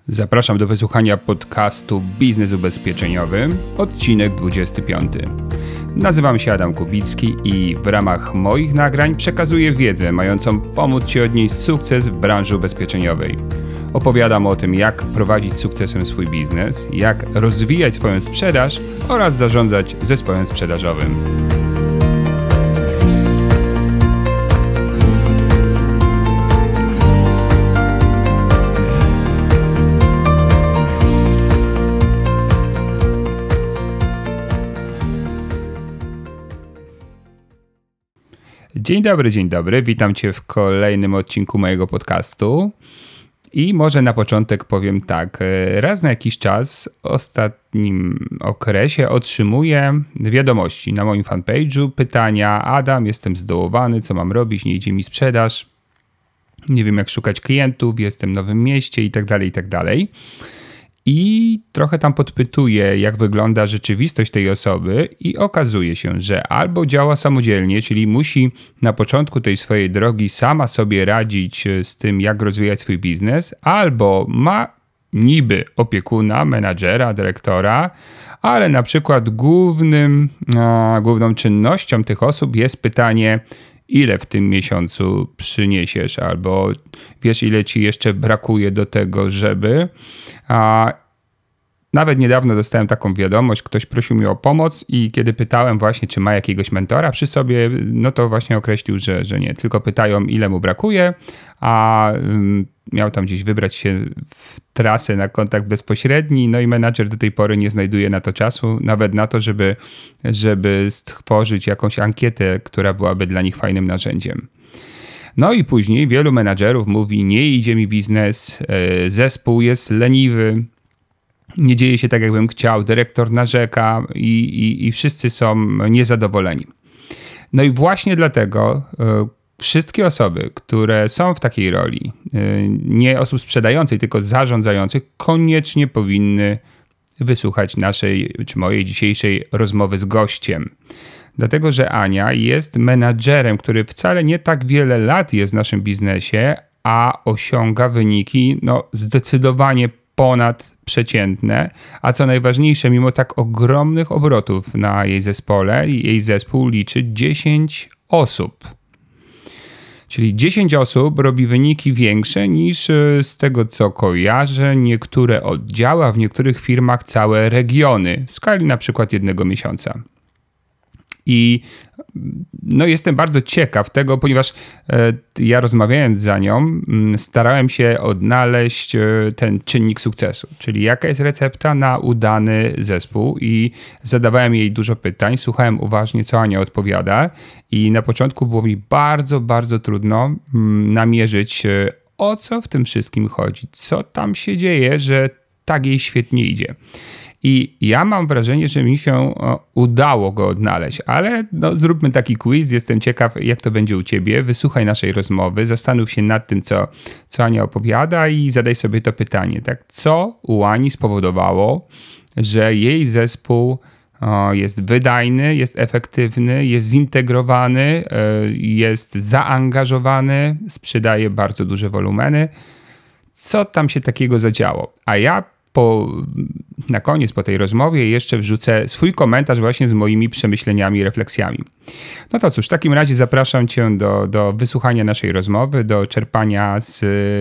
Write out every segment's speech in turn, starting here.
Zapraszam do wysłuchania podcastu Biznes Ubezpieczeniowy, odcinek 25. Nazywam się Adam Kubicki i w ramach moich nagrań przekazuję wiedzę mającą pomóc Ci odnieść sukces w branży ubezpieczeniowej. Opowiadam o tym, jak prowadzić z sukcesem swój biznes, jak rozwijać swoją sprzedaż oraz zarządzać zespołem sprzedażowym. Dzień dobry, witam Cię w kolejnym odcinku mojego podcastu i może na początek powiem tak, raz na jakiś czas w ostatnim okresie otrzymuję wiadomości na moim fanpage'u, pytania: Adam, jestem zdołowany, co mam robić, nie idzie mi sprzedaż, nie wiem jak szukać klientów, jestem w nowym mieście itd. I trochę tam podpytuję, jak wygląda rzeczywistość tej osoby i okazuje się, że albo działa samodzielnie, czyli musi na początku tej swojej drogi sama sobie radzić z tym, jak rozwijać swój biznes, albo ma niby opiekuna, menadżera, dyrektora, ale na przykład główną czynnością tych osób jest pytanie: ile w tym miesiącu przyniesiesz, albo wiesz, ile ci jeszcze brakuje do tego, żeby... Nawet niedawno dostałem taką wiadomość, ktoś prosił mnie o pomoc i kiedy pytałem właśnie, czy ma jakiegoś mentora przy sobie, no to właśnie określił, że nie, tylko pytają, ile mu brakuje, a miał tam gdzieś wybrać się w trasę na kontakt bezpośredni, no i menadżer do tej pory nie znajduje na to czasu, nawet na to, żeby stworzyć jakąś ankietę, która byłaby dla nich fajnym narzędziem. No i później wielu menadżerów mówi: nie idzie mi biznes, zespół jest leniwy, nie dzieje się tak, jakbym chciał, dyrektor narzeka i wszyscy są niezadowoleni. No i właśnie dlatego wszystkie osoby, które są w takiej roli, nie osób sprzedających, tylko zarządzających, koniecznie powinny wysłuchać naszej czy mojej dzisiejszej rozmowy z gościem. Dlatego, że Ania jest menadżerem, który wcale nie tak wiele lat jest w naszym biznesie, a osiąga wyniki zdecydowanie ponadprzeciętne, a co najważniejsze, mimo tak ogromnych obrotów na jej zespole, jej zespół liczy 10 osób. Czyli 10 osób robi wyniki większe niż, z tego co kojarzę, niektóre oddziały, a w niektórych firmach całe regiony w skali na przykład jednego miesiąca. I jestem bardzo ciekaw tego, ponieważ ja rozmawiając za nią starałem się odnaleźć ten czynnik sukcesu, czyli jaka jest recepta na udany zespół, i zadawałem jej dużo pytań, słuchałem uważnie, co Ania odpowiada, i na początku było mi bardzo, bardzo trudno namierzyć, o co w tym wszystkim chodzi, co tam się dzieje, że tak jej świetnie idzie. I ja mam wrażenie, że mi się udało go odnaleźć, ale zróbmy taki quiz. Jestem ciekaw, jak to będzie u Ciebie. Wysłuchaj naszej rozmowy, zastanów się nad tym, co Ania opowiada, i zadaj sobie to pytanie. Tak? Co u Ani spowodowało, że jej zespół jest wydajny, jest efektywny, jest zintegrowany, jest zaangażowany, sprzedaje bardzo duże wolumeny. Co tam się takiego zadziało? A ja na koniec po tej rozmowie jeszcze wrzucę swój komentarz właśnie z moimi przemyśleniami i refleksjami. No to cóż, w takim razie zapraszam Cię do wysłuchania naszej rozmowy, do czerpania z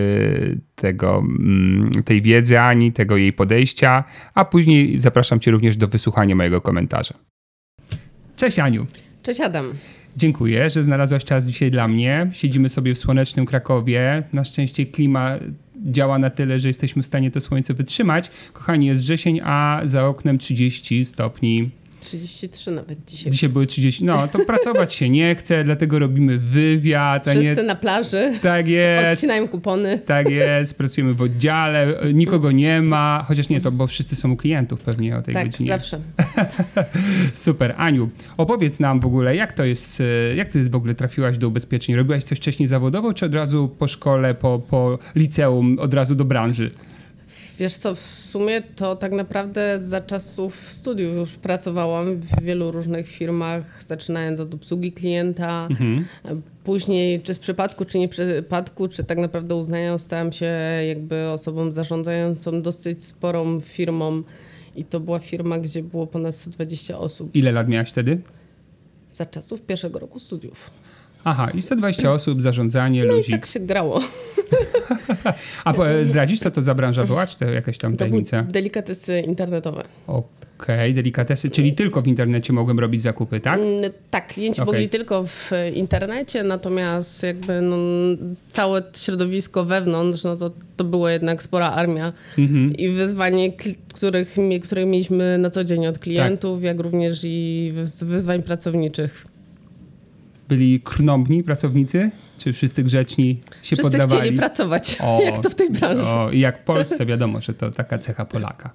tej wiedzy Ani, tego jej podejścia, a później zapraszam Cię również do wysłuchania mojego komentarza. Cześć Aniu. Cześć Adam. Dziękuję, że znalazłaś czas dzisiaj dla mnie. Siedzimy sobie w słonecznym Krakowie. Na szczęście klima działa na tyle, że jesteśmy w stanie to słońce wytrzymać. Kochani, jest wrzesień, a za oknem 30 stopni. 33 nawet dzisiaj. Dzisiaj były 30. No, to pracować się nie chce, dlatego robimy wywiad. Wszyscy na plaży. Tak jest. Odcinają kupony. Tak jest. Pracujemy w oddziale. Nikogo nie ma. Chociaż nie, to bo wszyscy są u klientów pewnie o tej godzinie. Tak, zawsze. Super. Aniu, opowiedz nam w ogóle, jak to jest, jak ty w ogóle trafiłaś do ubezpieczeń? Robiłaś coś wcześniej zawodowo, czy od razu po szkole, po liceum, od razu do branży? Wiesz co, w sumie to tak naprawdę za czasów studiów już pracowałam w wielu różnych firmach, zaczynając od obsługi klienta, później czy z przypadku, czy nie przypadku, czy tak naprawdę uznania stałam się jakby osobą zarządzającą dosyć sporą firmą i to była firma, gdzie było ponad 120 osób. Ile lat miałaś wtedy? Za czasów pierwszego roku studiów. Aha, i 120 osób, zarządzanie, No luzik. i tak się grało. A zdradzisz, co to za branża była? Czy to jakaś tam To były tajemnica? delikatesy internetowe. Okej, delikatesy, czyli tylko w internecie mogłem robić zakupy, tak? Tak, klienci Okej. mogli tylko w internecie, natomiast jakby całe środowisko wewnątrz, to była jednak spora armia i wyzwanie, które mieliśmy na co dzień od klientów, jak również i wyzwań pracowniczych. Byli krnąbni pracownicy? Czy wszyscy grzeczni się Wszyscy poddawali? chcieli pracować, jak to w tej branży. I jak w Polsce, wiadomo, że to taka cecha Polaka.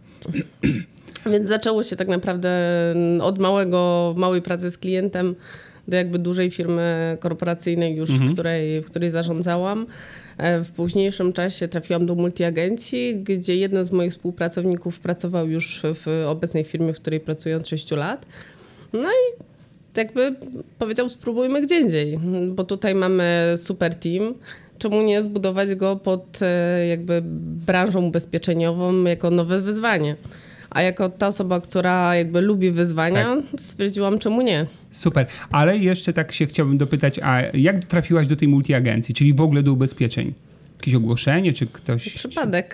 Więc zaczęło się tak naprawdę od małej pracy z klientem do jakby dużej firmy korporacyjnej już, w której zarządzałam. W późniejszym czasie trafiłam do multiagencji, gdzie jeden z moich współpracowników pracował już w obecnej firmie, w której pracuję od 6 lat. No i jakby powiedział, spróbujmy gdzie indziej, bo tutaj mamy super team. Czemu nie zbudować go pod jakby branżą ubezpieczeniową jako nowe wyzwanie? A jako ta osoba, która jakby lubi wyzwania, stwierdziłam, czemu nie. Super, ale jeszcze tak się chciałbym dopytać, a jak trafiłaś do tej multiagencji, czyli w ogóle do ubezpieczeń? Jakieś ogłoszenie, czy ktoś... Przypadek.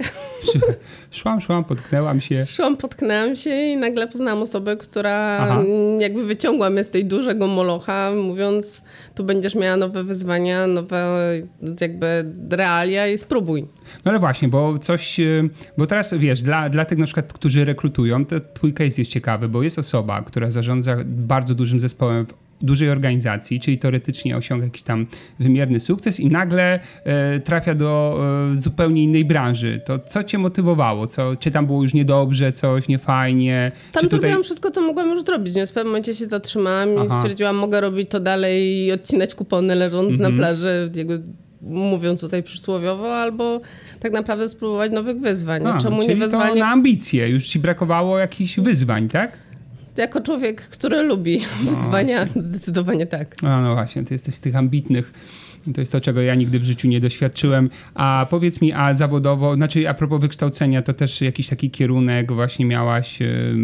Szłam, potknęłam się. Potknęłam się i nagle poznałam osobę, która jakby wyciągła mnie z tej dużego molocha, mówiąc, tu będziesz miała nowe wyzwania, nowe jakby realia i spróbuj. No ale właśnie, bo teraz wiesz, dla tych na przykład, którzy rekrutują, to twój case jest ciekawy, bo jest osoba, która zarządza bardzo dużym zespołem w dużej organizacji, czyli teoretycznie osiąga jakiś tam wymierny sukces i nagle trafia do zupełnie innej branży. To co cię motywowało? Czy tam było już niedobrze, coś niefajnie? Tam zrobiłam wszystko, co mogłam już zrobić. W pewnym momencie się zatrzymałam i stwierdziłam, mogę robić to dalej i odcinać kupony leżąc na plaży, jakby mówiąc tutaj przysłowiowo, albo tak naprawdę spróbować nowych wyzwań. Czemu czyli nie wyzwanie? To na ambicje. Już ci brakowało jakichś wyzwań, tak? Jako człowiek, który lubi wyzwania, zdecydowanie tak. No właśnie, ty jesteś z tych ambitnych. To jest to, czego ja nigdy w życiu nie doświadczyłem. A powiedz mi, a zawodowo, znaczy a propos wykształcenia, to też jakiś taki kierunek właśnie miałaś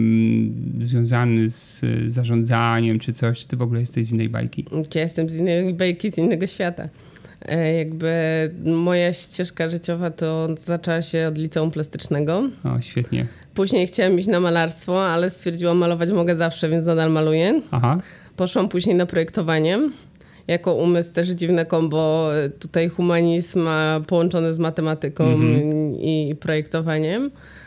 związany z zarządzaniem czy coś? Ty w ogóle jesteś z innej bajki? Ja jestem z innej bajki, z innego świata. Jakby moja ścieżka życiowa to zaczęła się od liceum plastycznego. O, świetnie. Później chciałam iść na malarstwo, ale stwierdziłam, malować mogę zawsze, więc nadal maluję. Aha. Poszłam później na projektowanie. Jako umysł też dziwne kombo, tutaj humanizm połączony z matematyką i projektowaniem.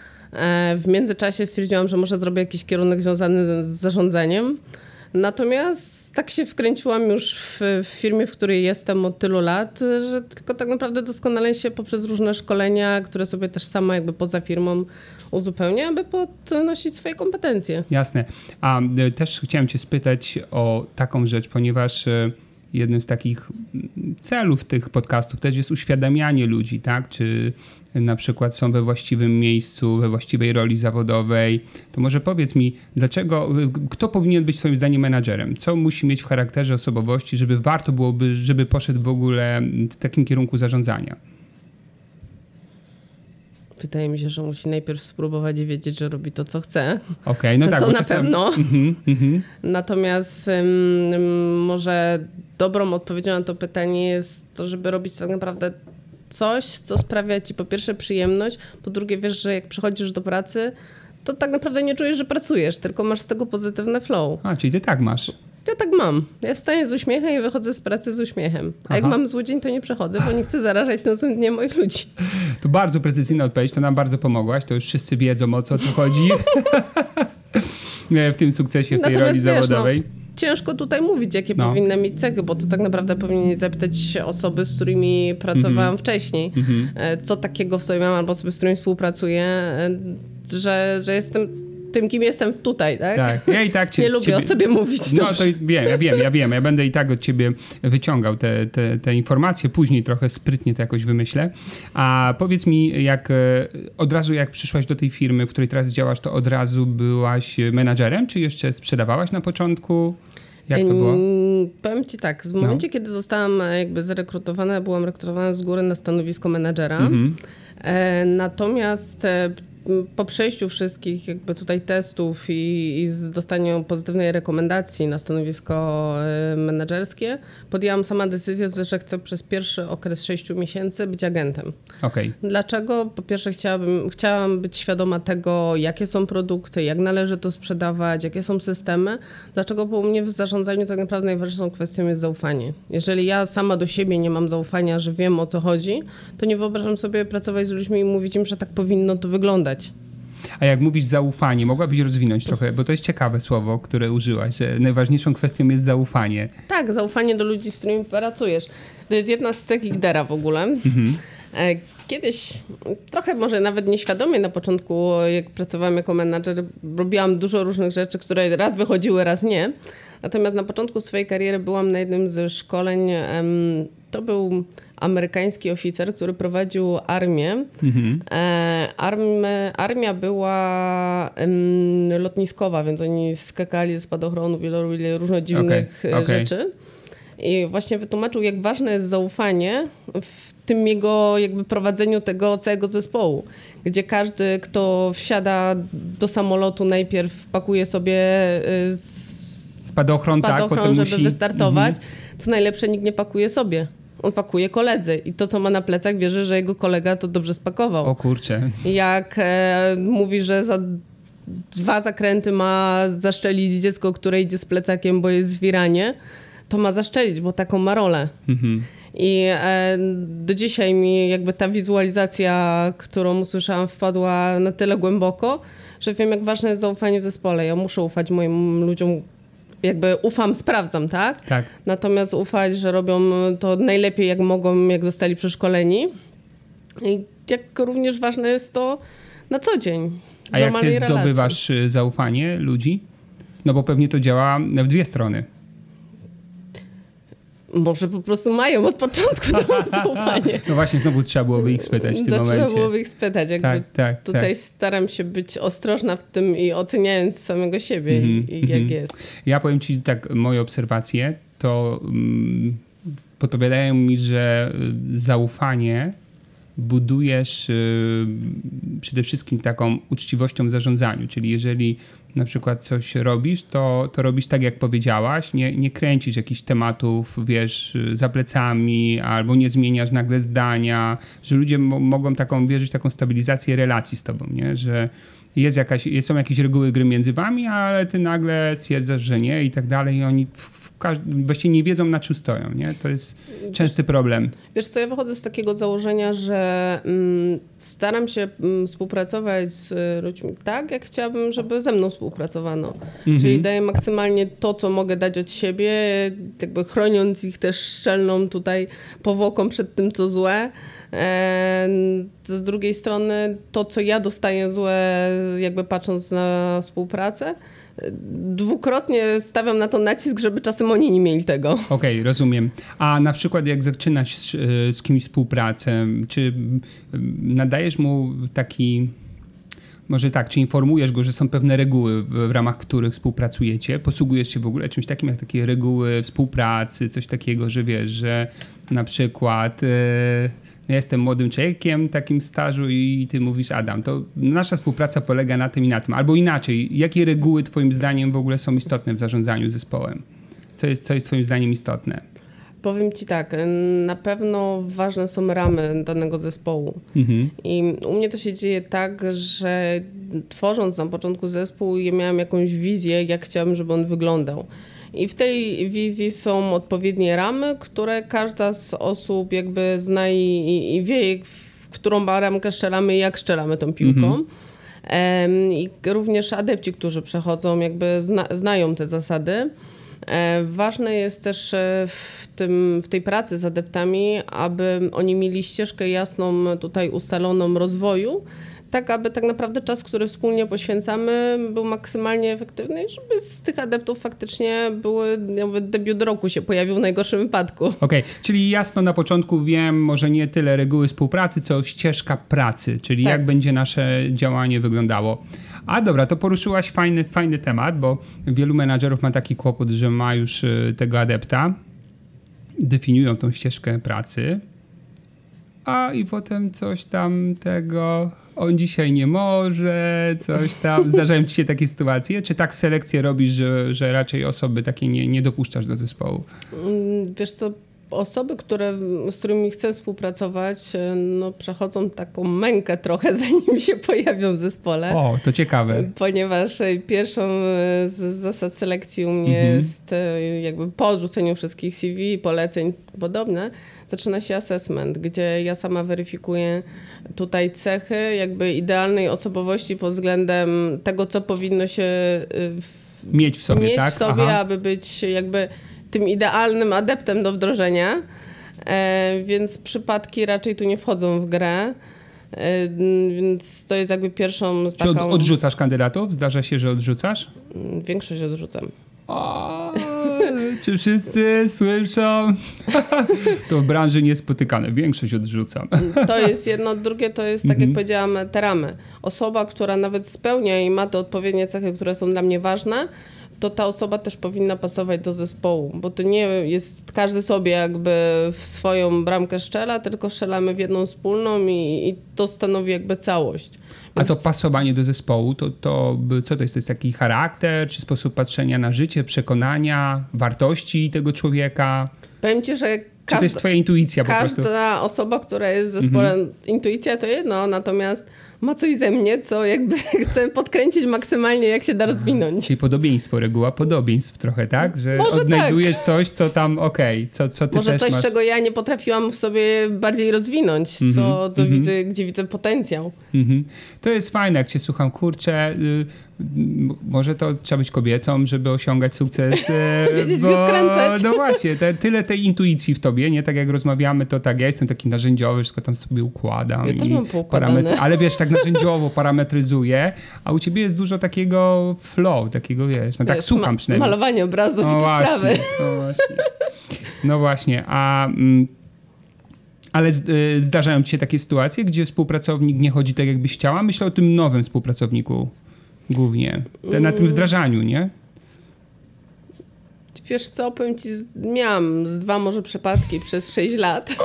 W międzyczasie stwierdziłam, że może zrobię jakiś kierunek związany z zarządzaniem. Natomiast tak się wkręciłam już w firmie, w której jestem od tylu lat, że tylko tak naprawdę doskonale się poprzez różne szkolenia, które sobie też sama jakby poza firmą uzupełniam, aby podnosić swoje kompetencje. Jasne. A też chciałem cię spytać o taką rzecz, ponieważ jednym z takich celów tych podcastów też jest uświadamianie ludzi, tak? Czy na przykład są we właściwym miejscu, we właściwej roli zawodowej. To może powiedz mi, kto powinien być twoim zdaniem menadżerem? Co musi mieć w charakterze osobowości, żeby warto byłoby, żeby poszedł w ogóle w takim kierunku zarządzania? Wydaje mi się, że musi najpierw spróbować i wiedzieć, że robi to, co chce. Okej, no tak. To na pewno. Natomiast może dobrą odpowiedzią na to pytanie jest to, żeby robić tak naprawdę coś, co sprawia ci po pierwsze przyjemność, po drugie wiesz, że jak przychodzisz do pracy, to tak naprawdę nie czujesz, że pracujesz, tylko masz z tego pozytywny flow. A, czyli ty tak masz. Ja tak mam. Ja wstaję z uśmiechem i wychodzę z pracy z uśmiechem. A jak mam zły dzień, to nie przechodzę, bo nie chcę zarażać tym złym dniem moich ludzi. To bardzo precyzyjna odpowiedź, to nam bardzo pomogłaś. To już wszyscy wiedzą, o co tu chodzi w tym sukcesie, w tej roli zawodowej. Ciężko tutaj mówić, jakie powinny mieć cechy, bo to tak naprawdę powinien zapytać się osoby, z którymi pracowałam wcześniej. Co takiego w sobie mam, albo osoby, z którymi współpracuję, że jestem tym, kim jestem tutaj, tak? Tak, ja i tak nie lubię o sobie mówić. No to wiem. Ja będę i tak od ciebie wyciągał te informacje. Później trochę sprytnie to jakoś wymyślę. A powiedz mi, jak przyszłaś do tej firmy, w której teraz działasz, to od razu byłaś menadżerem, czy jeszcze sprzedawałaś na początku? Jak to było? Powiem ci tak, w momencie, kiedy zostałam jakby zarekrutowana, byłam rekrutowana z góry na stanowisko menadżera. Natomiast po przejściu wszystkich jakby tutaj testów i dostaniu pozytywnej rekomendacji na stanowisko menedżerskie, podjęłam sama decyzję, że chcę przez pierwszy okres 6 miesięcy być agentem. Okay. Dlaczego? Po pierwsze chciałam być świadoma tego, jakie są produkty, jak należy to sprzedawać, jakie są systemy. Dlaczego? Bo u mnie w zarządzaniu tak naprawdę najważniejszą kwestią jest zaufanie. Jeżeli ja sama do siebie nie mam zaufania, że wiem, o co chodzi, to nie wyobrażam sobie pracować z ludźmi i mówić im, że tak powinno to wyglądać. A jak mówisz zaufanie, mogłabyś rozwinąć trochę, bo to jest ciekawe słowo, które użyłaś, że najważniejszą kwestią jest zaufanie. Tak, zaufanie do ludzi, z którymi pracujesz. To jest jedna z cech lidera w ogóle. Kiedyś, trochę może nawet nieświadomie na początku, jak pracowałam jako menadżer, robiłam dużo różnych rzeczy, które raz wychodziły, raz nie. Natomiast na początku swojej kariery byłam na jednym ze szkoleń, to był amerykański oficer, który prowadził armię. Armia była lotniskowa, więc oni skakali ze spadochronów i robili różne dziwnych rzeczy. I właśnie wytłumaczył, jak ważne jest zaufanie w tym jego jakby prowadzeniu tego całego zespołu, gdzie każdy, kto wsiada do samolotu, najpierw pakuje sobie spadochron, żeby wystartować. Co najlepsze, nikt nie pakuje sobie. On pakuje koledze i to, co ma na plecach, wierzy, że jego kolega to dobrze spakował. O kurczę. Jak mówi, że za 2 zakręty ma zaszczelić dziecko, które idzie z plecakiem, bo jest w Iranie, to ma zaszczelić, bo taką ma rolę. I do dzisiaj mi jakby ta wizualizacja, którą usłyszałam, wpadła na tyle głęboko, że wiem, jak ważne jest zaufanie w zespole. Ja muszę ufać moim ludziom, jakby ufam, sprawdzam, tak? Natomiast ufać, że robią to najlepiej jak mogą, jak zostali przeszkoleni. I jak również ważne jest to na co dzień. A jak ty zdobywasz zaufanie ludzi? No bo pewnie to działa w dwie strony. Może po prostu mają od początku to zaufanie. No właśnie, znowu trzeba byłoby ich spytać w tym momencie. Trzeba byłoby ich spytać. Tutaj staram się być ostrożna w tym i oceniając samego siebie i jak jest. Ja powiem ci tak, moje obserwacje to podpowiadają mi, że zaufanie budujesz przede wszystkim taką uczciwością w zarządzaniu, czyli jeżeli na przykład coś robisz, to robisz tak, jak powiedziałaś, nie kręcisz jakichś tematów, wiesz, za plecami, albo nie zmieniasz nagle zdania, że ludzie mogą wierzyć w taką stabilizację relacji z tobą, nie? Że są jakieś reguły gry między wami, ale ty nagle stwierdzasz, że nie i tak dalej i oni właściwie nie wiedzą, na czym stoją, nie? To jest częsty problem. Wiesz co, ja wychodzę z takiego założenia, że staram się współpracować z ludźmi tak, jak chciałabym, żeby ze mną współpracowano. Czyli daję maksymalnie to, co mogę dać od siebie, jakby chroniąc ich też szczelną tutaj powłoką przed tym, co złe. Z drugiej strony to, co ja dostaję złe, jakby patrząc na współpracę, dwukrotnie stawiam na to nacisk, żeby czasem oni nie mieli tego. Okej, rozumiem. A na przykład jak zaczynasz z kimś współpracę, czy nadajesz mu taki, może tak, czy informujesz go, że są pewne reguły, w ramach których współpracujecie? Posługujesz się w ogóle czymś takim, jak takie reguły współpracy, coś takiego, że wiesz, że na przykład ja jestem młodym człowiekiem, takim stażu i ty mówisz, Adam, to nasza współpraca polega na tym i na tym. Albo inaczej, jakie reguły twoim zdaniem w ogóle są istotne w zarządzaniu zespołem? Co jest twoim zdaniem istotne? Powiem ci tak, na pewno ważne są ramy danego zespołu. I u mnie to się dzieje tak, że tworząc na początku zespół, ja miałam jakąś wizję, jak chciałabym, żeby on wyglądał. I w tej wizji są odpowiednie ramy, które każda z osób jakby zna i wie, w którą ramkę strzelamy i jak strzelamy tą piłką. I również adepci, którzy przechodzą, jakby znają te zasady. Ważne jest też w tej pracy z adeptami, aby oni mieli ścieżkę jasną tutaj ustaloną rozwoju, tak aby tak naprawdę czas, który wspólnie poświęcamy, był maksymalnie efektywny i żeby z tych adeptów faktycznie debiut roku się pojawił w najgorszym wypadku. Okej, czyli jasno na początku wiem, może nie tyle reguły współpracy, co ścieżka pracy, czyli jak będzie nasze działanie wyglądało. A dobra, to poruszyłaś fajny temat, bo wielu menadżerów ma taki kłopot, że ma już tego adepta, definiują tą ścieżkę pracy, a i potem coś tam tego, on dzisiaj nie może, coś tam. Zdarzają ci się takie sytuacje? Czy tak selekcję robisz, że raczej osoby takie nie dopuszczasz do zespołu? Wiesz co, osoby, z którymi chcę współpracować, no, przechodzą taką mękę trochę, zanim się pojawią w zespole. O, to ciekawe. Ponieważ pierwszą z zasad selekcji u mnie jest jakby po odrzuceniu wszystkich CV, poleceń podobne, zaczyna się assessment, gdzie ja sama weryfikuję tutaj cechy jakby idealnej osobowości pod względem tego, co powinno się mieć w sobie, tak? Aby być jakby tym idealnym adeptem do wdrożenia, więc przypadki raczej tu nie wchodzą w grę, więc to jest jakby pierwszą z taką... Czy odrzucasz kandydatów? Zdarza się, że odrzucasz? Większość odrzucam. O, czy wszyscy słyszą? To w branży niespotykane. Większość odrzucam. To jest jedno. Drugie to jest, tak jak powiedziałam, te ramy. Osoba, która nawet spełnia i ma te odpowiednie cechy, które są dla mnie ważne, to ta osoba też powinna pasować do zespołu, bo to nie jest każdy sobie jakby w swoją bramkę strzela, tylko strzelamy w jedną wspólną i to stanowi jakby całość. Więc... A to pasowanie do zespołu, to co to jest? To jest taki charakter, czy sposób patrzenia na życie, przekonania, wartości tego człowieka? Powiem ci, że czy to jest twoja intuicja po prostu? Każda osoba, która jest w zespole, intuicja to jedno, natomiast ma coś ze mnie, co jakby chcę podkręcić maksymalnie, jak się da rozwinąć. Czyli podobieństwo, reguła podobieństw trochę, tak? Że może odnajdujesz tak. coś, co tam co ty może też coś, masz. Czego ja nie potrafiłam w sobie bardziej rozwinąć, co widzę, gdzie widzę potencjał. To jest fajne, jak cię słucham, kurczę, może to trzeba być kobiecą, żeby osiągać sukces. Wiedzieć się skręcać. No właśnie, tyle tej intuicji w tobie, nie? Tak jak rozmawiamy, to tak, ja jestem taki narzędziowy, wszystko tam sobie układam. Ja też mam poukładane. Ale wiesz, tak narzędziowo parametryzuję, a u ciebie jest dużo takiego flow, takiego wiesz, no tak słucham przynajmniej. Malowanie obrazów i te sprawy. No właśnie, ale zdarzają ci się takie sytuacje, gdzie współpracownik nie chodzi tak, jakbyś chciała? Myślę o tym nowym współpracowniku głównie. Na tym wdrażaniu, nie? Wiesz co, powiem ci, miałam z 2 może przypadki przez 6 lat.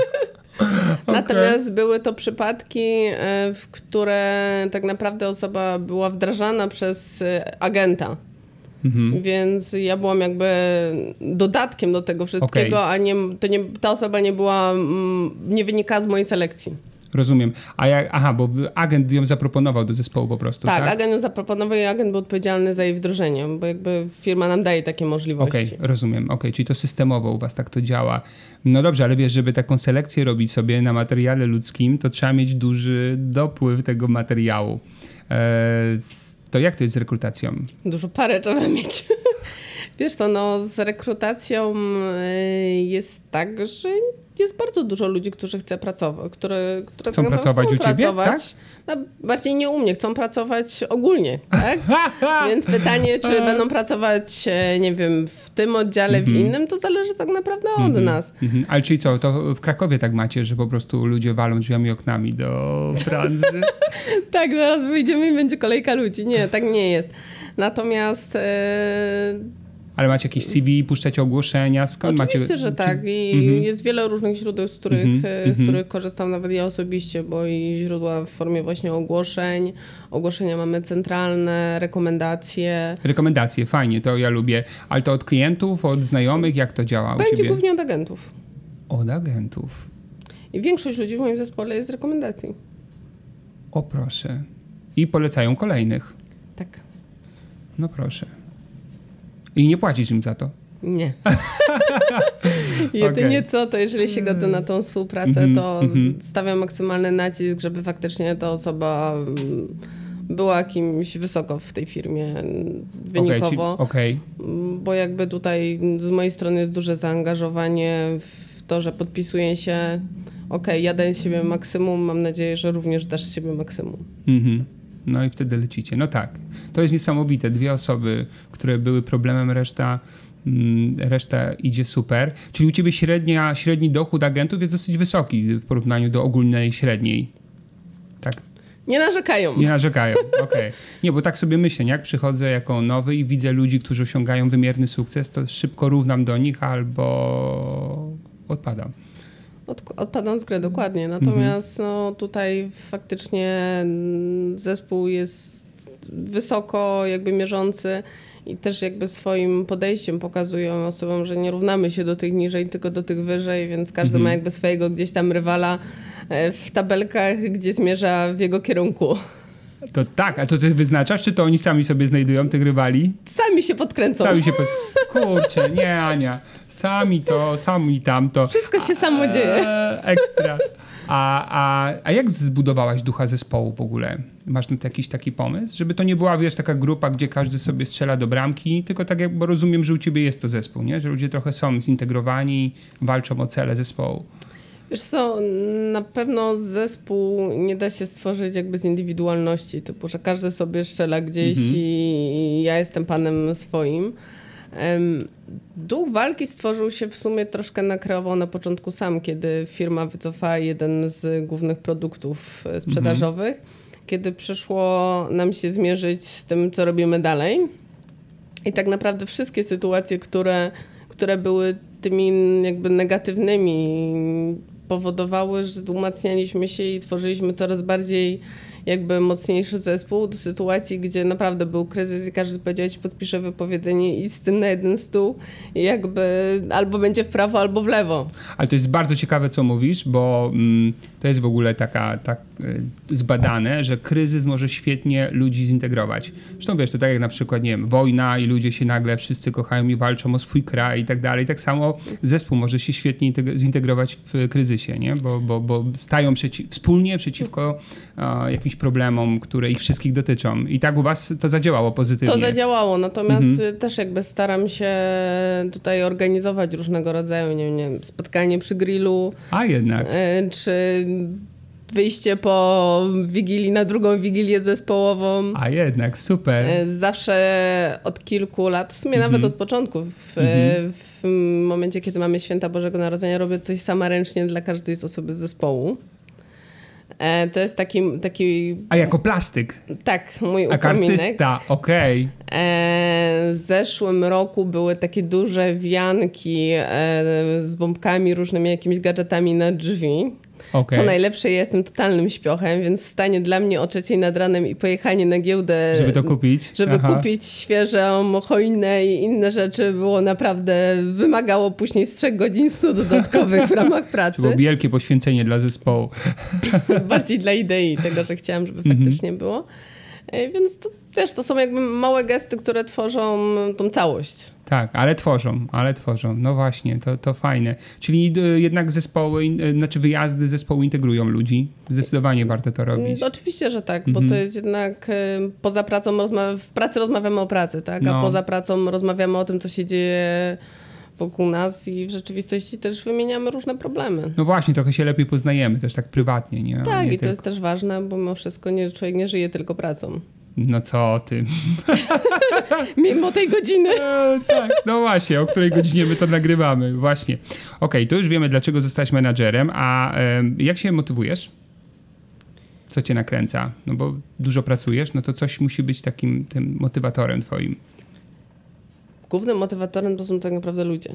Natomiast były to przypadki, w które tak naprawdę osoba była wdrażana przez agenta. Więc ja byłam jakby dodatkiem do tego wszystkiego, a ta osoba nie wynika z mojej selekcji. Rozumiem. Bo agent ją zaproponował do zespołu po prostu, tak? Agent ją zaproponował i agent był odpowiedzialny za jej wdrożenie, bo jakby firma nam daje takie możliwości. Okej, rozumiem. Czyli to systemowo u was tak to działa. No dobrze, ale wiesz, żeby taką selekcję robić sobie na materiale ludzkim, to trzeba mieć duży dopływ tego materiału. To jak to jest z rekrutacją? Dużo parę trzeba mieć. Wiesz co, z rekrutacją jest tak, że jest bardzo dużo ludzi, którzy chcą pracować, które chcą pracować u ciebie, tak? No, bardziej nie u mnie, chcą pracować ogólnie, tak? Więc pytanie, czy będą pracować, nie wiem, w tym oddziale, w innym, to zależy tak naprawdę od nas. Ale czyli co, to w Krakowie tak macie, że po prostu ludzie walą drzwiami i oknami do branży? Tak, zaraz wyjdziemy i będzie kolejka ludzi. Nie, tak nie jest. Natomiast... Ale macie jakieś CV, puszczacie ogłoszenia? Skąd Oczywiście, że tak. I jest wiele różnych źródeł, z których korzystam nawet ja osobiście, bo i źródła w formie właśnie ogłoszeń. Ogłoszenia mamy centralne, rekomendacje. Rekomendacje, fajnie, to ja lubię. Ale to od klientów, od znajomych, jak to działa u ciebie? Będzie głównie od agentów. Od agentów. I większość ludzi w moim zespole jest z rekomendacji. O proszę. I polecają kolejnych. Tak. No proszę. I nie płacisz im za to? Nie. Jedynie co, to jeżeli się godzę na tą współpracę, to stawiam maksymalny nacisk, żeby faktycznie ta osoba była kimś wysoko w tej firmie wynikowo. Bo jakby tutaj z mojej strony jest duże zaangażowanie w to, że podpisuję się ja daję z siebie maksimum, mam nadzieję, że również dasz z siebie maksimum. No i wtedy lecicie. No tak, to jest niesamowite. 2 osoby, które były problemem, reszta idzie super. Czyli u ciebie średni dochód agentów jest dosyć wysoki w porównaniu do ogólnej średniej. Tak? Nie narzekają. Nie narzekają, okej. Nie, bo tak sobie myślę, nie? Jak przychodzę jako nowy i widzę ludzi, którzy osiągają wymierny sukces, to szybko równam do nich albo odpadam. Odpadam z gry, dokładnie. Natomiast tutaj faktycznie zespół jest wysoko jakby mierzący i też jakby swoim podejściem pokazują osobom, że nie równamy się do tych niżej, tylko do tych wyżej, więc każdy ma jakby swojego gdzieś tam rywala w tabelkach, gdzie zmierza w jego kierunku. To tak, a to ty wyznaczasz, czy to oni sami sobie znajdują tych rywali? Sami się podkręcą. Kurczę, nie Ania, sami tamto. Wszystko się samo dzieje. Ekstra. A jak zbudowałaś ducha zespołu w ogóle? Masz na to jakiś taki pomysł? Żeby to nie była, taka grupa, gdzie każdy sobie strzela do bramki, tylko tak bo rozumiem, że u ciebie jest to zespół, nie? Że ludzie trochę są zintegrowani, walczą o cele zespołu. Wiesz co, na pewno zespół nie da się stworzyć jakby z indywidualności, typu, że każdy sobie strzela gdzieś i ja jestem panem swoim. Duch walki stworzył się w sumie troszkę nakreował na początku sam, kiedy firma wycofała jeden z głównych produktów sprzedażowych, kiedy przyszło nam się zmierzyć z tym, co robimy dalej. I tak naprawdę wszystkie sytuacje, które były tymi jakby negatywnymi, powodowały, że umacnialiśmy się i tworzyliśmy coraz bardziej jakby mocniejszy zespół do sytuacji, gdzie naprawdę był kryzys i każdy powiedział, ci podpiszę wypowiedzenie i z tym na jeden stół i jakby albo będzie w prawo, albo w lewo. Ale to jest bardzo ciekawe, co mówisz, bo to jest w ogóle tak zbadane, że kryzys może świetnie ludzi zintegrować. Zresztą wiesz, to tak jak na przykład, nie wiem, wojna i ludzie się nagle wszyscy kochają i walczą o swój kraj i tak dalej. Tak samo zespół może się świetnie zintegrować w kryzysie, nie? Bo stają wspólnie przeciwko jakimś problemom, które ich wszystkich dotyczą. I tak u was to zadziałało pozytywnie. To zadziałało, natomiast też jakby staram się tutaj organizować różnego rodzaju, nie wiem, spotkanie przy grillu. A jednak. Czy wyjście po wigilii na drugą wigilię zespołową. A jednak, super. Zawsze od kilku lat, w sumie nawet od początku, w momencie, kiedy mamy Święta Bożego Narodzenia, robię coś sama ręcznie dla każdej z osoby z zespołu. To jest taki... A jako plastyk? Tak, mój upominek. Artysta, okej. W zeszłym roku były takie duże wianki z bombkami, różnymi jakimiś gadżetami na drzwi. Okay. Co najlepsze, ja jestem totalnym śpiochem, więc stanie dla mnie o 3:00 nad ranem i pojechanie na giełdę, żeby to kupić, kupić świeżą choinę i inne rzeczy było naprawdę, wymagało później z 3 godzin snu dodatkowych w ramach pracy. To było wielkie poświęcenie dla zespołu. Bardziej dla idei tego, że chciałam, żeby faktycznie było. Więc to, wiesz, to są jakby małe gesty, które tworzą tą całość. Tak, ale tworzą. No właśnie, to fajne. Czyli jednak wyjazdy zespołu integrują ludzi. Zdecydowanie warto to robić. Oczywiście, że tak, bo to jest jednak poza pracą, w pracy rozmawiamy o pracy, tak? A poza pracą rozmawiamy o tym, co się dzieje wokół nas i w rzeczywistości też wymieniamy różne problemy. No właśnie, trochę się lepiej poznajemy też tak prywatnie, nie? Tak, nie i to jest też ważne, bo mimo wszystko człowiek nie żyje tylko pracą. No co ty? Mimo tej godziny. Tak, no właśnie, o której godzinie my to nagrywamy. Właśnie. Okej, to już wiemy, dlaczego zostałeś menadżerem, a jak się motywujesz? Co cię nakręca? No bo dużo pracujesz, no to coś musi być takim tym motywatorem twoim. Głównym motywatorem to są tak naprawdę ludzie.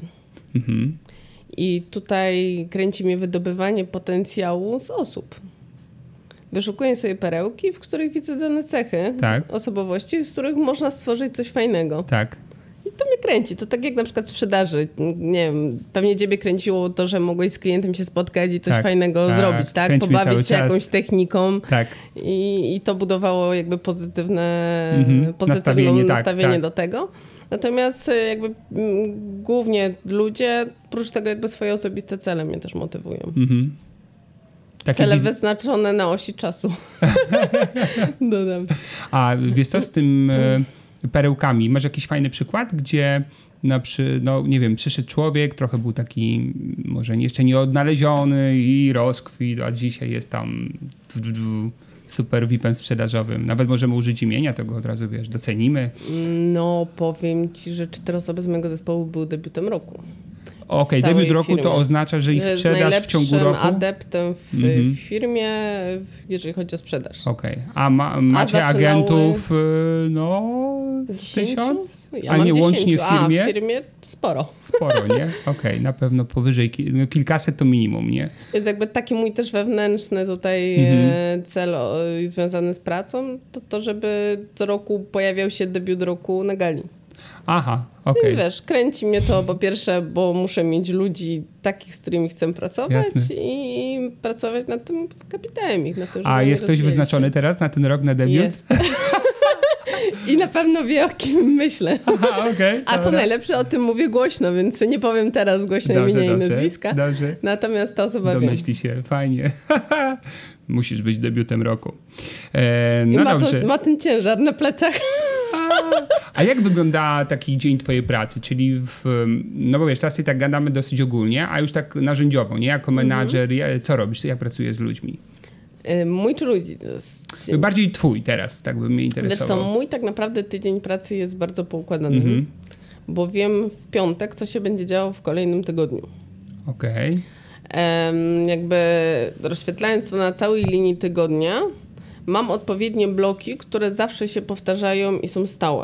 I tutaj kręci mnie wydobywanie potencjału z osób. Wyszukuję sobie perełki, w których widzę dane cechy osobowości, z których można stworzyć coś fajnego. Tak. I to mnie kręci. To tak jak na przykład w sprzedaży. Nie wiem, pewnie ciebie kręciło to, że mogłeś z klientem się spotkać i coś fajnego zrobić, tak? Pobawić się jakąś techniką. Tak. I to budowało jakby pozytywne nastawienie do tego. Natomiast jakby głównie ludzie, oprócz tego jakby swoje osobiste cele mnie też motywują. Cele wyznaczone na osi czasu. Dodam. A wiesz co, z tym perełkami, masz jakiś fajny przykład, gdzie no nie wiem, przyszedł człowiek, trochę był taki może jeszcze nieodnaleziony i rozkwit, a dzisiaj jest tam super VIP-em sprzedażowym. Nawet możemy użyć imienia, tego od razu, wiesz, docenimy. No, powiem ci, że 4 osoby z mojego zespołu były debiutem roku. Okej, debiut roku firmie. To oznacza, że ich sprzedaż w ciągu roku... adeptem w firmie, jeżeli chodzi o sprzedaż. Okej, a macie agentów, no, 1000? Ja a nie 10. Łącznie w firmie? A, w firmie sporo. Sporo, nie? Okej, na pewno powyżej, kilkaset to minimum, nie? Więc jakby taki mój też wewnętrzny tutaj cel związany z pracą, to żeby co roku pojawiał się debiut roku na gali. Aha, okej. Więc wiesz, kręci mnie to po pierwsze, bo muszę mieć ludzi takich, z którymi chcę pracować. Jasne. I pracować nad tym kapitałem ich. Na tym, a jest ktoś wyznaczony teraz na ten rok na debiut? Jest. I na pewno wie, o kim myślę. Aha, okay, a co najlepsze, o tym mówię głośno, więc nie powiem teraz głośno imienia i nazwiska. Dobrze. Natomiast ta osoba wie. Domyśli się, fajnie. Musisz być debiutem roku. No ma ten ciężar na plecach. A jak wygląda taki dzień twojej pracy? Czyli no bo wiesz, teraz i tak gadamy dosyć ogólnie, a już tak narzędziowo, nie? Jako menadżer, co robisz? Jak pracujesz z ludźmi? Mój czy ludzi? Bardziej twój teraz, tak by mnie interesował. Wiesz co, mój tak naprawdę tydzień pracy jest bardzo poukładany, bo wiem w piątek, co się będzie działo w kolejnym tygodniu. Okej. Jakby rozświetlając to na całej linii tygodnia, mam odpowiednie bloki, które zawsze się powtarzają i są stałe.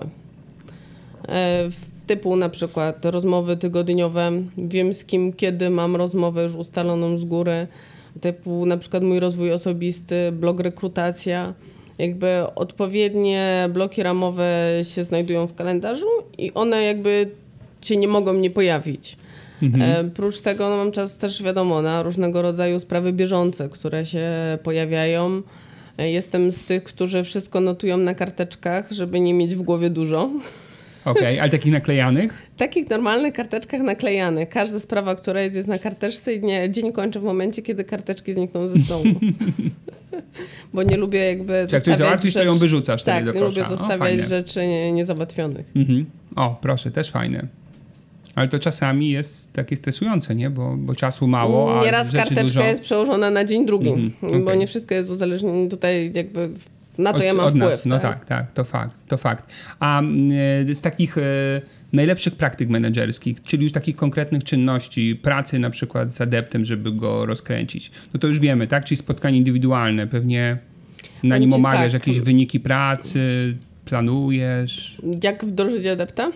Typu na przykład rozmowy tygodniowe, wiem z kim, kiedy mam rozmowę już ustaloną z góry. Typu na przykład mój rozwój osobisty, blog rekrutacja. Jakby odpowiednie bloki ramowe się znajdują w kalendarzu i one jakby się nie mogą nie pojawić. Prócz tego mam czas też wiadomo na różnego rodzaju sprawy bieżące, które się pojawiają. Jestem z tych, którzy wszystko notują na karteczkach, żeby nie mieć w głowie dużo. Okej, ale takich naklejanych? Takich normalnych karteczkach naklejanych. Każda sprawa, która jest na karteczce i dzień kończę w momencie, kiedy karteczki znikną ze stołu. Bo nie lubię jakby zostawiać jak coś załatwisz, to ją wyrzucasz tak, do kosza. nie lubię zostawiać rzeczy niezałatwionych. O, proszę, też fajne. Ale to czasami jest takie stresujące, nie? Bo czasu mało, a nieraz rzeczy karteczka dużo. jest przełożona na dzień drugi, bo nie wszystko jest uzależnione tutaj jakby... Na to ja mam wpływ. Nas. No tak, to fakt. A z takich najlepszych praktyk menedżerskich, czyli już takich konkretnych czynności, pracy na przykład z adeptem, żeby go rozkręcić, no to już wiemy, tak? Czyli spotkanie indywidualne, pewnie na nim omawiasz jakieś wyniki pracy, planujesz. Jak wdrożyć adepta?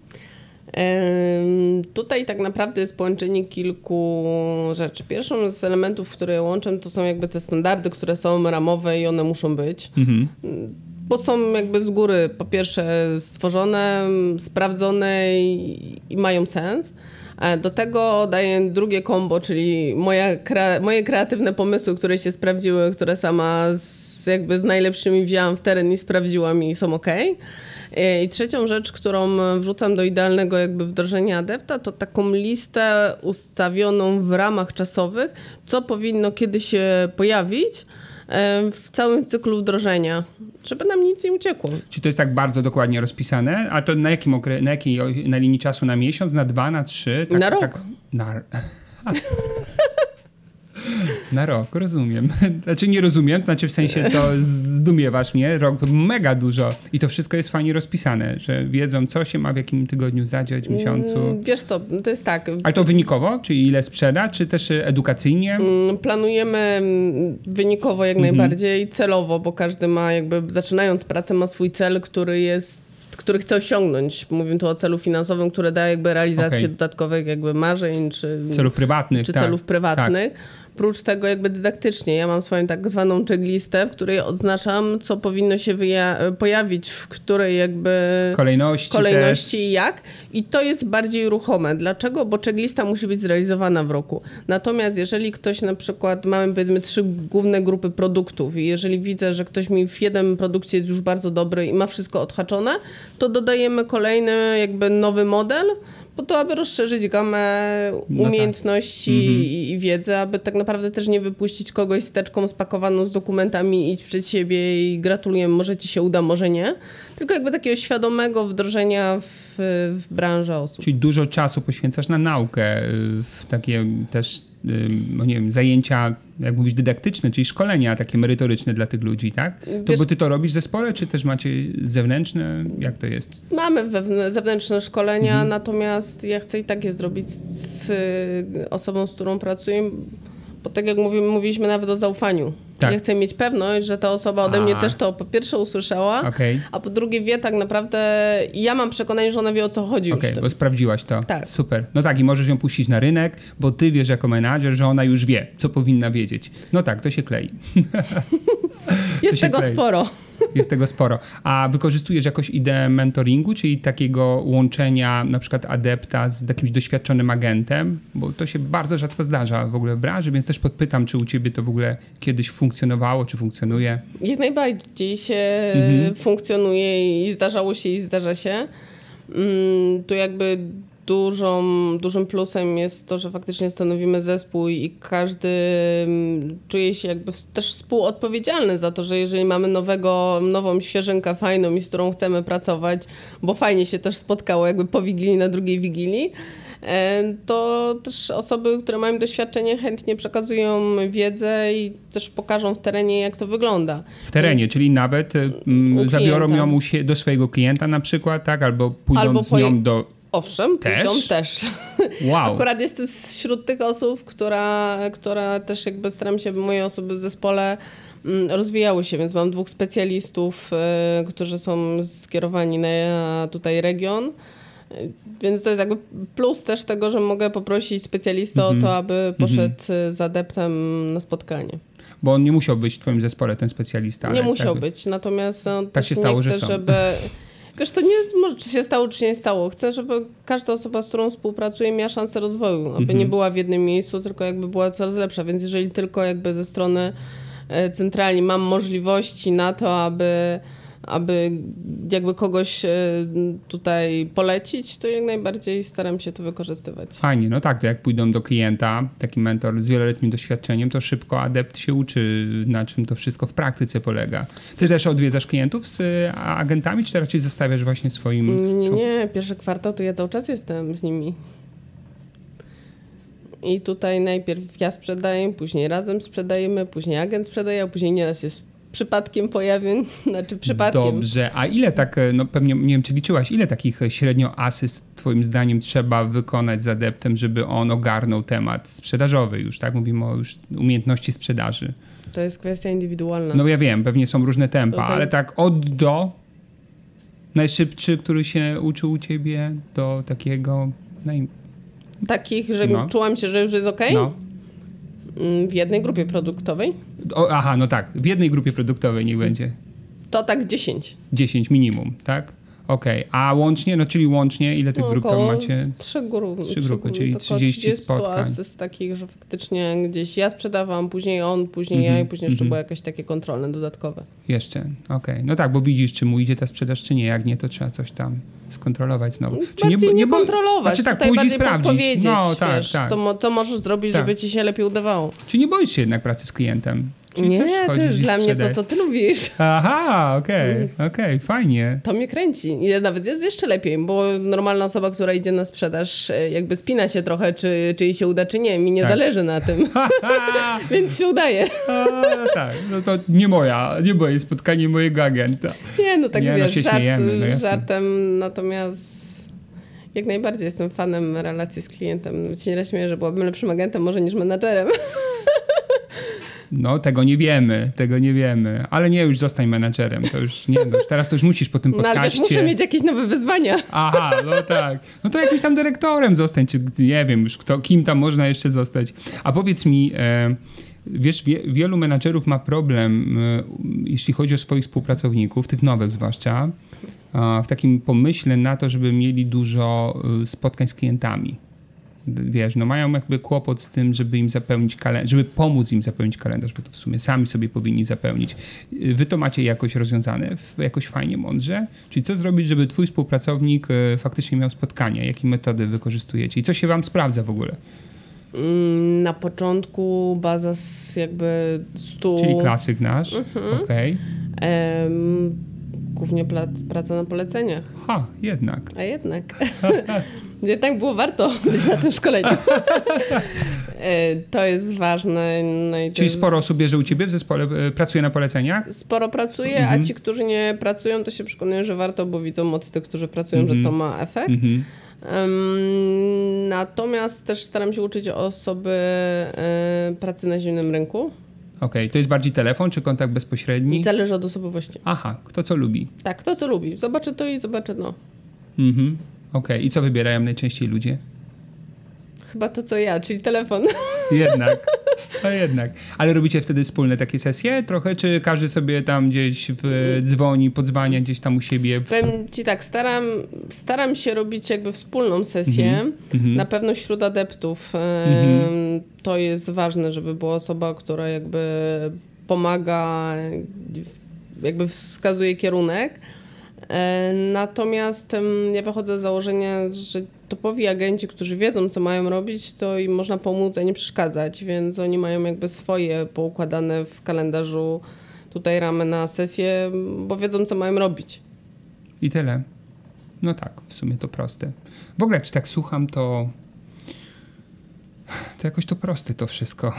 Tutaj tak naprawdę jest połączenie kilku rzeczy. Pierwszą z elementów, które łączę, to są jakby te standardy, które są ramowe i one muszą być. Bo są jakby z góry po pierwsze stworzone, sprawdzone i mają sens. Do tego daję drugie kombo, czyli moje kreatywne pomysły, które się sprawdziły, które sama jakby z najlepszymi wzięłam w teren i sprawdziłam i są okej. I trzecią rzecz, którą wrzucam do idealnego jakby wdrożenia adepta, to taką listę ustawioną w ramach czasowych, co powinno kiedy się pojawić w całym cyklu wdrożenia, żeby nam nic nie uciekło. Czyli to jest tak bardzo dokładnie rozpisane, a to na linii czasu? Na miesiąc, na 2, na 3? Tak, na rok. Na rok, rozumiem. Znaczy nie rozumiem, znaczy w sensie to zdumiewasz mnie. Rok mega dużo i to wszystko jest fajnie rozpisane, że wiedzą, co się ma w jakim tygodniu zadziać, miesiącu. Wiesz co, to jest tak. Ale to wynikowo? Czyli ile sprzeda, czy też edukacyjnie? Planujemy wynikowo jak najbardziej, celowo, bo każdy ma jakby, zaczynając pracę, ma swój cel, który chce osiągnąć. Mówimy tu o celu finansowym, który da jakby realizację dodatkowych jakby marzeń, czy celów prywatnych. Celów prywatnych. Tak. Prócz tego jakby dydaktycznie. Ja mam swoją tak zwaną checklistę, w której odznaczam, co powinno się pojawić, w której jakby kolejności i jak. I to jest bardziej ruchome. Dlaczego? Bo checklista musi być zrealizowana w roku. Natomiast jeżeli ktoś na przykład, mamy powiedzmy 3 główne grupy produktów i jeżeli widzę, że ktoś mi w jednym produkcie jest już bardzo dobry i ma wszystko odhaczone, to dodajemy kolejny jakby nowy model, po to, aby rozszerzyć gamę umiejętności i wiedzę, aby tak naprawdę też nie wypuścić kogoś z teczką spakowaną z dokumentami, idź przed siebie i gratuluję, może ci się uda, może nie. Tylko jakby takiego świadomego wdrożenia w branżę osób. Czyli dużo czasu poświęcasz na naukę, w takie też, no nie wiem, zajęcia, jak mówisz, dydaktyczne, czyli szkolenia takie merytoryczne dla tych ludzi, tak? To bo ty to robisz w zespole, czy też macie zewnętrzne? Jak to jest? Mamy zewnętrzne szkolenia, natomiast ja chcę i tak je zrobić z osobą, z którą pracuję, bo tak jak mówiliśmy nawet o zaufaniu. Tak. Ja chcę mieć pewność, że ta osoba ode mnie też to po pierwsze usłyszała, a po drugie wie tak naprawdę, ja mam przekonanie, że ona wie, o co chodzi już w tym. Bo sprawdziłaś to. Tak. Super. No tak, i możesz ją puścić na rynek, bo ty wiesz jako menadżer, że ona już wie, co powinna wiedzieć. No tak, to się klei. Jest tego sporo. Jest tego sporo. A wykorzystujesz jakoś ideę mentoringu, czyli takiego łączenia na przykład adepta z jakimś doświadczonym agentem? Bo to się bardzo rzadko zdarza w ogóle w branży, więc też podpytam, czy u ciebie to w ogóle kiedyś funkcjonowało, czy funkcjonuje? Jak najbardziej się funkcjonuje i zdarzało się i zdarza się. Tu jakby dużym plusem jest to, że faktycznie stanowimy zespół i każdy czuje się jakby też współodpowiedzialny za to, że jeżeli mamy nową świeżynkę fajną i z którą chcemy pracować, bo fajnie się też spotkało jakby po Wigilii, na drugiej Wigilii, to też osoby, które mają doświadczenie, chętnie przekazują wiedzę i też pokażą w terenie, jak to wygląda. W terenie, czyli nawet zabiorą ją do swojego klienta na przykład, tak? Albo pójdą z nią do... Owszem, pójdą też. Wow. Akurat jestem wśród tych osób, która też jakby staram się, aby moje osoby w zespole rozwijały się, więc mam 2 specjalistów, którzy są skierowani na tutaj region. Więc to jest jakby plus też tego, że mogę poprosić specjalistę o to, aby poszedł z adeptem na spotkanie. Bo on nie musiał być w twoim zespole, ten specjalista. Nie musiał być, natomiast tak się stało, nie chcę, że żeby... Wiesz, to nie może czy się stało, czy nie stało. Chcę, żeby każda osoba, z którą współpracuję, miała szansę rozwoju, aby nie była w jednym miejscu, tylko jakby była coraz lepsza. Więc jeżeli tylko jakby ze strony centralnej mam możliwości na to, aby jakby kogoś tutaj polecić, to jak najbardziej staram się to wykorzystywać. Fajnie, no tak, to jak pójdą do klienta, taki mentor z wieloletnim doświadczeniem, to szybko adept się uczy, na czym to wszystko w praktyce polega. Ty też odwiedzasz klientów z agentami, czy raczej zostawiasz właśnie swoim... Nie, pierwszy kwartał to ja cały czas jestem z nimi. I tutaj najpierw ja sprzedaję, później razem sprzedajemy, później agent sprzedaje, a później nieraz jest przypadkiem pojawień, przypadkiem. Dobrze, a ile tak, no pewnie, nie wiem czy liczyłaś, ile takich średnio asyst twoim zdaniem trzeba wykonać z adeptem, żeby on ogarnął temat sprzedażowy już, tak? Mówimy o już umiejętności sprzedaży. To jest kwestia indywidualna. No ja wiem, pewnie są różne tempa, ale tak od do najszybszy, który się uczył u ciebie do takiego... Takich, że czułam się, że już jest okej? No. W jednej grupie produktowej? Aha, no tak. W jednej grupie produktowej niech będzie. To tak 10. 10 minimum, tak? Okej. A łącznie, no czyli łącznie ile tych grup tam macie? 3 grupy. 3 grupy, czyli 30 spotkań. Asyst takich, że faktycznie gdzieś ja sprzedawałam, później on, później ja i później jeszcze było jakieś takie kontrolne dodatkowe. Jeszcze, okej. No tak, bo widzisz, czy mu idzie ta sprzedaż, czy nie. Jak nie, to trzeba coś tam skontrolować znowu. Bardziej nie kontrolować, znaczy, tak, tutaj bardziej sprawdzić. podpowiedzieć, no, tak, wiesz, tak. Co możesz zrobić, żeby ci się lepiej udawało. Czy nie boisz się jednak pracy z klientem? Czyli nie, to jest dla mnie to, co ty lubisz. Aha, okej, fajnie. To mnie kręci. I nawet jest jeszcze lepiej, bo normalna osoba, która idzie na sprzedaż, jakby spina się trochę, czy jej się uda, czy nie. Mi nie zależy na tym. Więc się udaje. Tak, no to nie moje spotkanie mojego agenta. Nie, no tak wiesz, śmiejemy, żartem, natomiast jak najbardziej jestem fanem relacji z klientem. Nawet się nieraz śmieję, że byłabym lepszym agentem może niż menadżerem. No, tego nie wiemy, ale nie, już zostań menadżerem, to już nie, no, teraz to już musisz po tym podcaście. No ale wiesz, muszę mieć jakieś nowe wyzwania. Aha, no tak. No to jakimś tam dyrektorem zostań, czy nie wiem już kim tam można jeszcze zostać. A powiedz mi, wiesz, wielu menadżerów ma problem, jeśli chodzi o swoich współpracowników, tych nowych zwłaszcza, w takim pomyśle na to, żeby mieli dużo spotkań z klientami. wiesz, no mają jakby kłopot z tym, żeby im zapełnić kalendarz, żeby pomóc im zapełnić kalendarz, bo to w sumie sami sobie powinni zapełnić. Wy to macie jakoś rozwiązane, jakoś fajnie, mądrze? Czyli co zrobić, żeby twój współpracownik faktycznie miał spotkania? Jakie metody wykorzystujecie? I co się wam sprawdza w ogóle? Na początku baza jakby 100... Czyli klasyk nasz, okej. Głównie praca na poleceniach. Jednak. A jednak. Jednak było warto być na tym szkoleniu. To jest ważne. No i czyli sporo osób bierze u ciebie w zespole, pracuje na poleceniach? Sporo pracuje, a ci, którzy nie pracują, to się przekonują, że warto, bo widzą od tych, którzy pracują, że to ma efekt. Natomiast też staram się uczyć osoby pracy na zimnym rynku. Okej, to jest bardziej telefon czy kontakt bezpośredni? Zależy od osobowości. Kto co lubi. Tak, kto co lubi. Zobaczę to i zobaczę no. Okej, i co wybierają najczęściej ludzie? Chyba to co ja, czyli telefon. Jednak. Ale robicie wtedy wspólne takie sesje trochę, czy każdy sobie tam gdzieś dzwoni, podzwania gdzieś tam u siebie? Powiem ci tak, staram się robić jakby wspólną sesję. Na pewno wśród adeptów to jest ważne, żeby była osoba, która jakby pomaga, jakby wskazuje kierunek. Natomiast ja wychodzę z założenia, że topowi agenci, którzy wiedzą, co mają robić, to im można pomóc, a nie przeszkadzać, więc oni mają jakby swoje poukładane w kalendarzu tutaj ramy na sesję, bo wiedzą, co mają robić. I tyle. No tak, w sumie to proste. W ogóle jak tak słucham, to jakoś to proste to wszystko.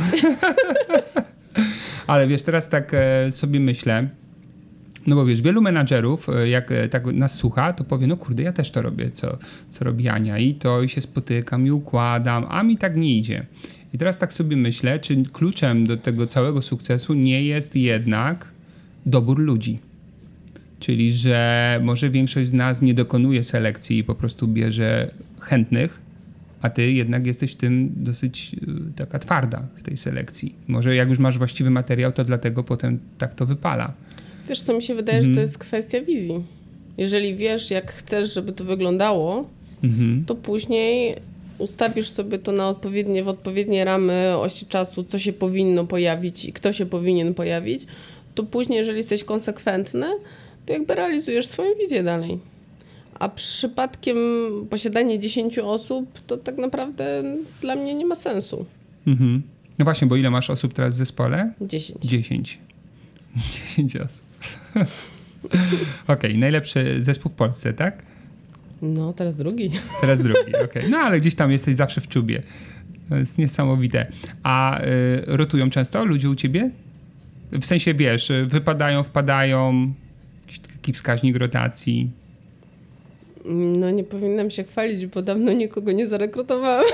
Ale wiesz, teraz tak sobie myślę, no bo wiesz, wielu menadżerów, jak tak nas słucha, to powie, no kurde, ja też to robię, co robi Ania i się spotykam i układam, a mi tak nie idzie. I teraz tak sobie myślę, czy kluczem do tego całego sukcesu nie jest jednak dobór ludzi. Czyli, że może większość z nas nie dokonuje selekcji i po prostu bierze chętnych, a ty jednak jesteś w tym dosyć taka twarda w tej selekcji. Może jak już masz właściwy materiał, to dlatego potem tak to wypala. Wiesz co, mi się wydaje, że to jest kwestia wizji. Jeżeli wiesz, jak chcesz, żeby to wyglądało, to później ustawisz sobie to w odpowiednie ramy osi czasu, co się powinno pojawić i kto się powinien pojawić, to później, jeżeli jesteś konsekwentny, to jakby realizujesz swoją wizję dalej. A przypadkiem posiadanie 10 osób, to tak naprawdę dla mnie nie ma sensu. No właśnie, bo ile masz osób teraz w zespole? 10. 10 osób. Okej, najlepszy zespół w Polsce, tak? No, teraz drugi. Okej. No ale gdzieś tam jesteś zawsze w czubie. To jest niesamowite. A rotują często ludzie u ciebie? W sensie, wiesz, wypadają, wpadają, jakiś taki wskaźnik rotacji. No nie powinnam się chwalić, bo dawno nikogo nie zarekrutowałam.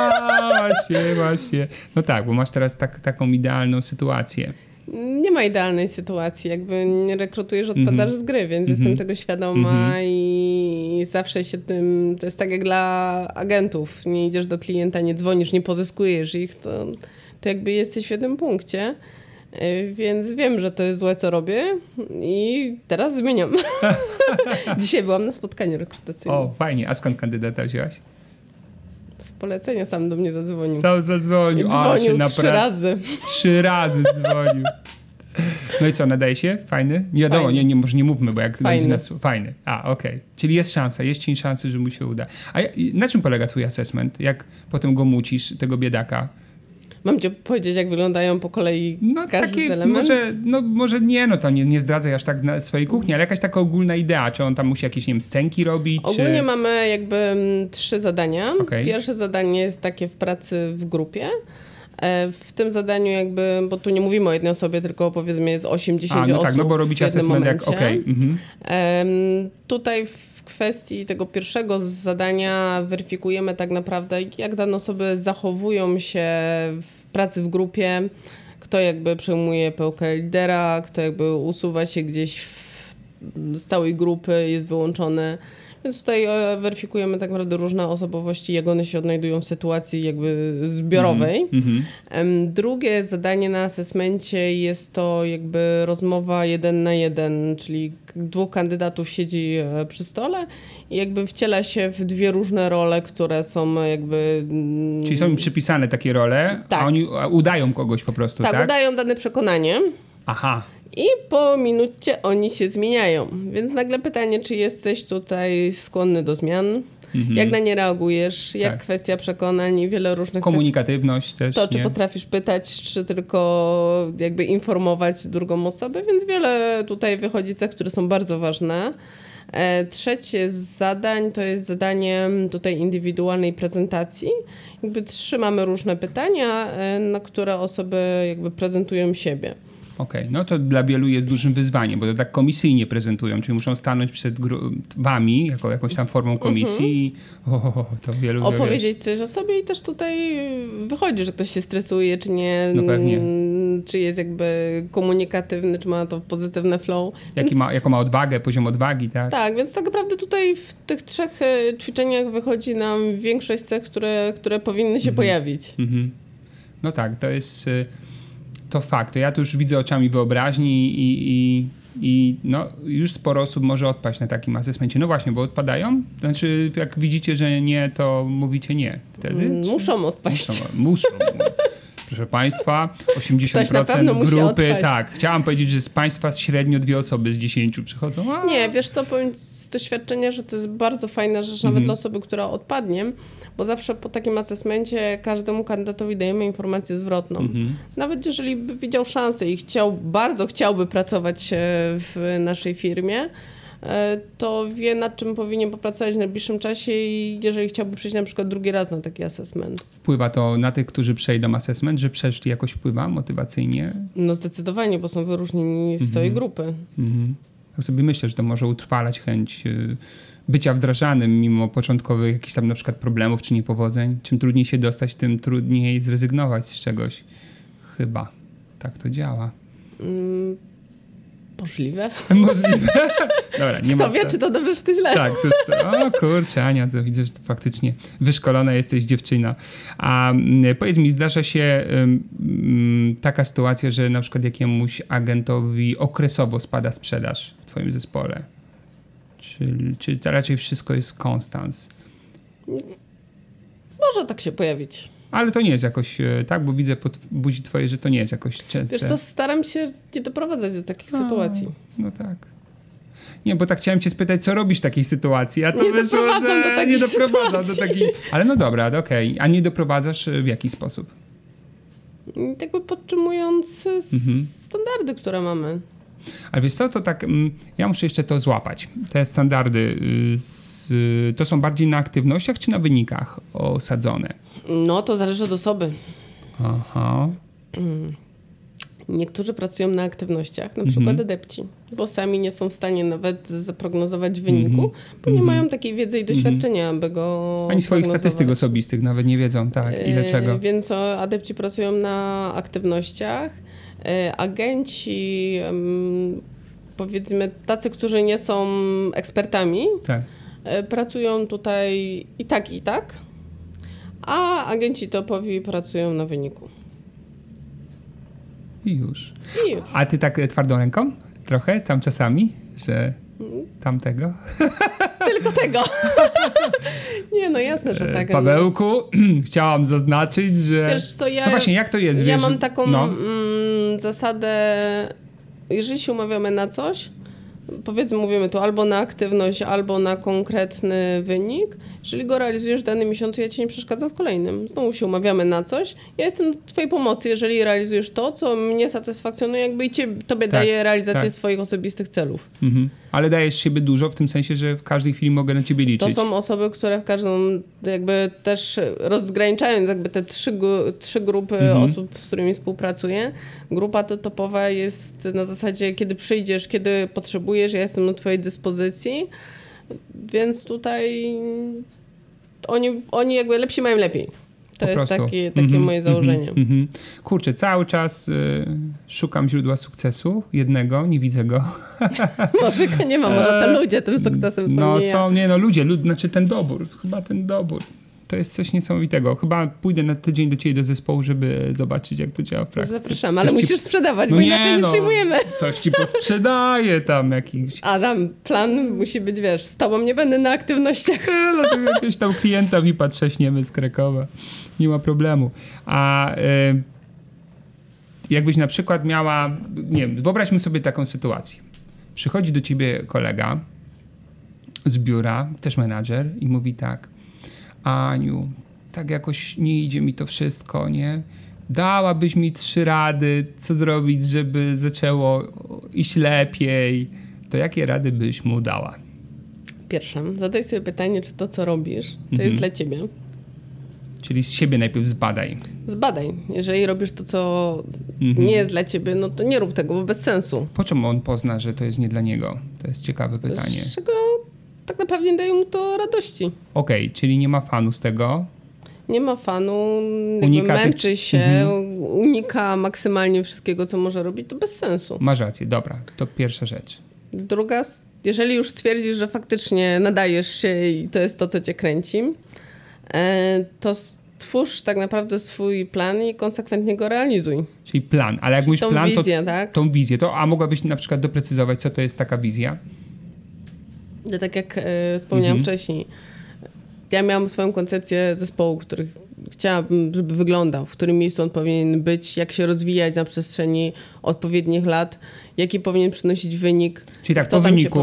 Właśnie. No tak, bo masz teraz taką idealną sytuację. Nie ma idealnej sytuacji, jakby nie rekrutujesz, odpadasz z gry, więc jestem tego świadoma i zawsze się tym, to jest tak jak dla agentów, nie idziesz do klienta, nie dzwonisz, nie pozyskujesz ich, to jakby jesteś w jednym punkcie, więc wiem, że to jest złe, co robię i teraz zmieniam. Dzisiaj byłam na spotkaniu rekrutacyjnym. O, fajnie, a skąd kandydata wzięłaś? Z polecenia sam do mnie zadzwonił. Sam zadzwonił. Dzwonił 3 razy. 3 razy dzwonił. No i co, nadaje się? Fajny? Nie wiadomo, może nie mówmy, bo jak będzie nas... Fajny. Okej. Czyli jest szansa, jest cień szansy, że mu się uda. A na czym polega twój assessment? Jak potem go mucisz, tego biedaka? Mam ci powiedzieć, jak wyglądają po kolei każdy element? Może nie zdradzaj aż tak swojej kuchni, ale jakaś taka ogólna idea, czy on tam musi jakieś, nie wiem, scenki robić? Ogólnie mamy jakby 3 zadania. Okay. Pierwsze zadanie jest takie w pracy w grupie. W tym zadaniu jakby, bo tu nie mówimy o jednej osobie, tylko powiedzmy jest 80 osób tak, no bo robicie assessment jak Tutaj w kwestii tego pierwszego zadania weryfikujemy tak naprawdę, jak dane osoby zachowują się w pracy w grupie, kto jakby przejmuje pełkę lidera, kto jakby usuwa się gdzieś z całej grupy, jest wyłączony. Więc tutaj weryfikujemy tak naprawdę różne osobowości, jak one się odnajdują w sytuacji jakby zbiorowej. Drugie zadanie na asesmencie jest to jakby rozmowa 1 na 1, czyli 2 kandydatów siedzi przy stole i jakby wciela się w 2 różne role, które są jakby... Czyli są im przypisane takie role, tak. A oni udają kogoś po prostu, tak? Tak, udają dane przekonanie. Aha. I po minucie oni się zmieniają. Więc nagle pytanie, czy jesteś tutaj skłonny do zmian? Jak na nie reagujesz? Jak kwestia przekonań i wiele różnych... Komunikatywność też, to, czy potrafisz pytać, czy tylko jakby informować drugą osobę. Więc wiele tutaj wychodzi cech, które są bardzo ważne. Trzecie z zadań to jest zadanie tutaj indywidualnej prezentacji. Jakby 3 mamy różne pytania, na które osoby jakby prezentują siebie. Okej, no to dla wielu jest dużym wyzwaniem, bo to tak komisyjnie prezentują, czyli muszą stanąć przed wami, jako jakąś tam formą komisji i to wielu... Opowiedzieć coś o sobie i też tutaj wychodzi, że ktoś się stresuje, czy nie, no pewnie. Czy jest jakby komunikatywny, czy ma to pozytywne flow. Jaką ma odwagę, poziom odwagi, tak? Tak, więc tak naprawdę tutaj w tych 3 ćwiczeniach wychodzi nam większość cech, które powinny się pojawić. No tak, to jest... To fakt. To ja tu już widzę oczami wyobraźni i no, już sporo osób może odpaść na takim asesmencie. No właśnie, bo odpadają? Znaczy, jak widzicie, że nie, to mówicie nie. Wtedy? Muszą odpaść. Muszą. Proszę Państwa, 80% grupy, tak. Chciałam powiedzieć, że z Państwa średnio 2 osoby z 10 przychodzą. Nie, wiesz co, powiem z doświadczenia, że to jest bardzo fajna rzecz, nawet dla osoby, która odpadnie, bo zawsze po takim asesmencie każdemu kandydatowi dajemy informację zwrotną. Nawet jeżeli by widział szansę i bardzo chciałby pracować w naszej firmie, to wie, nad czym powinien popracować w najbliższym czasie i jeżeli chciałby przyjść na przykład drugi raz na taki asesment. Wpływa to na tych, którzy przejdą asesment, że przeszli, jakoś wpływa motywacyjnie? No zdecydowanie, bo są wyróżnieni z całej grupy. Ja sobie myślę, że to może utrwalać chęć bycia wdrażanym mimo początkowych jakichś tam na przykład problemów czy niepowodzeń. Czym trudniej się dostać, tym trudniej zrezygnować z czegoś. Chyba. Tak to działa. Możliwe. Możliwe. Dobra, nie Kto wie, czy to dobrze, czy to źle. Tak, o kurczę, Ania, to widzę, że to faktycznie wyszkolona jesteś dziewczyna. A powiedz mi, zdarza się taka sytuacja, że na przykład jakiemuś agentowi okresowo spada sprzedaż w twoim zespole? Czy to raczej wszystko jest konstans? Może tak się pojawić. Ale to nie jest jakoś, tak? Bo widzę po buzi twojej, że to nie jest jakoś częste. Wiesz co, staram się nie doprowadzać do takich sytuacji. No tak. Nie, bo tak chciałem cię spytać, co robisz w takiej sytuacji, a to nie wyszło, że nie doprowadzam do takiej... Ale no dobra, okej. A nie doprowadzasz w jaki sposób? Jakby podtrzymując standardy, które mamy. Ale wiesz co, to tak, ja muszę jeszcze to złapać. Te standardy to są bardziej na aktywnościach czy na wynikach osadzone? No, to zależy od osoby. Aha. Niektórzy pracują na aktywnościach, na przykład adepci, bo sami nie są w stanie nawet zaprognozować wyniku, bo nie mają takiej wiedzy i doświadczenia, aby go ani swoich statystyk osobistych nawet nie wiedzą, tak, ile czego. Więc adepci pracują na aktywnościach. Agenci, powiedzmy tacy, którzy nie są ekspertami, tak. Pracują tutaj i tak, a agenci topowi pracują na wyniku. I już. A ty tak twardą ręką? Trochę tam czasami, że tamtego? Tylko tego. Nie, no jasne, że tak. Pawełku, chciałam zaznaczyć, że... Wiesz co, no właśnie, jak to jest? Ja mam taką zasadę, jeżeli się umawiamy na coś, powiedzmy, mówimy tu albo na aktywność, albo na konkretny wynik. Jeżeli go realizujesz w danym miesiącu, ja ci nie przeszkadzam w kolejnym. Znowu się umawiamy na coś. Ja jestem do twojej pomocy, jeżeli realizujesz to, co mnie satysfakcjonuje, jakby i tobie daje realizację swoich osobistych celów. Ale dajesz siebie dużo, w tym sensie, że w każdej chwili mogę na ciebie liczyć. To są osoby, które w każdą, jakby też rozgraniczając jakby te trzy grupy osób, z którymi współpracuję, grupa topowa jest na zasadzie, kiedy przyjdziesz, kiedy potrzebujesz, ja jestem na twojej dyspozycji, więc tutaj oni jakby lepsi mają lepiej. To jest takie moje założenie. Kurczę, cały czas szukam źródła sukcesu, jednego, nie widzę go. Może go nie ma, może to ludzie tym sukcesem są, ludzie, znaczy ten dobór, chyba ten dobór. To jest coś niesamowitego. Chyba pójdę na tydzień do ciebie do zespołu, żeby zobaczyć, jak to działa w praktyce. Zapraszam, ale musisz sprzedawać, bo inaczej nie przyjmujemy. Coś ci posprzedaję tam jakiś. Adam, plan musi być, wiesz, z tobą nie będę na aktywnościach. No to jakiegoś tam klienta mi patrześniemy z Krakowa. Nie ma problemu. A jakbyś na przykład miała, nie wiem, wyobraźmy sobie taką sytuację. Przychodzi do ciebie kolega z biura, też menadżer i mówi tak: Aniu, tak jakoś nie idzie mi to wszystko, nie? Dałabyś mi 3 rady, co zrobić, żeby zaczęło iść lepiej. To jakie rady byś mu dała? Pierwsza, zadaj sobie pytanie, czy to, co robisz, to jest dla ciebie. Czyli z siebie najpierw zbadaj. Zbadaj. Jeżeli robisz to, co nie jest dla ciebie, no to nie rób tego, bo bez sensu. Po czym on pozna, że to jest nie dla niego? To jest ciekawe pytanie. Z czego tak naprawdę nie daje mu to radości. Okej, czyli nie ma fanu z tego? Nie ma fanu, męczy się, unika maksymalnie wszystkiego, co może robić, to bez sensu. Masz rację, dobra, to pierwsza rzecz. Druga, jeżeli już stwierdzisz, że faktycznie nadajesz się i to jest to, co cię kręci, to stwórz tak naprawdę swój plan i konsekwentnie go realizuj. Czyli plan, ale jak mówisz plan, wizję, to tak? tą wizję, a mogłabyś na przykład doprecyzować, co to jest taka wizja? Tak jak wspomniałam wcześniej, ja miałam swoją koncepcję zespołu, który chciałabym, żeby wyglądał, w którym miejscu on powinien być, jak się rozwijać na przestrzeni odpowiednich lat, jaki powinien przynosić wynik. Czyli tak,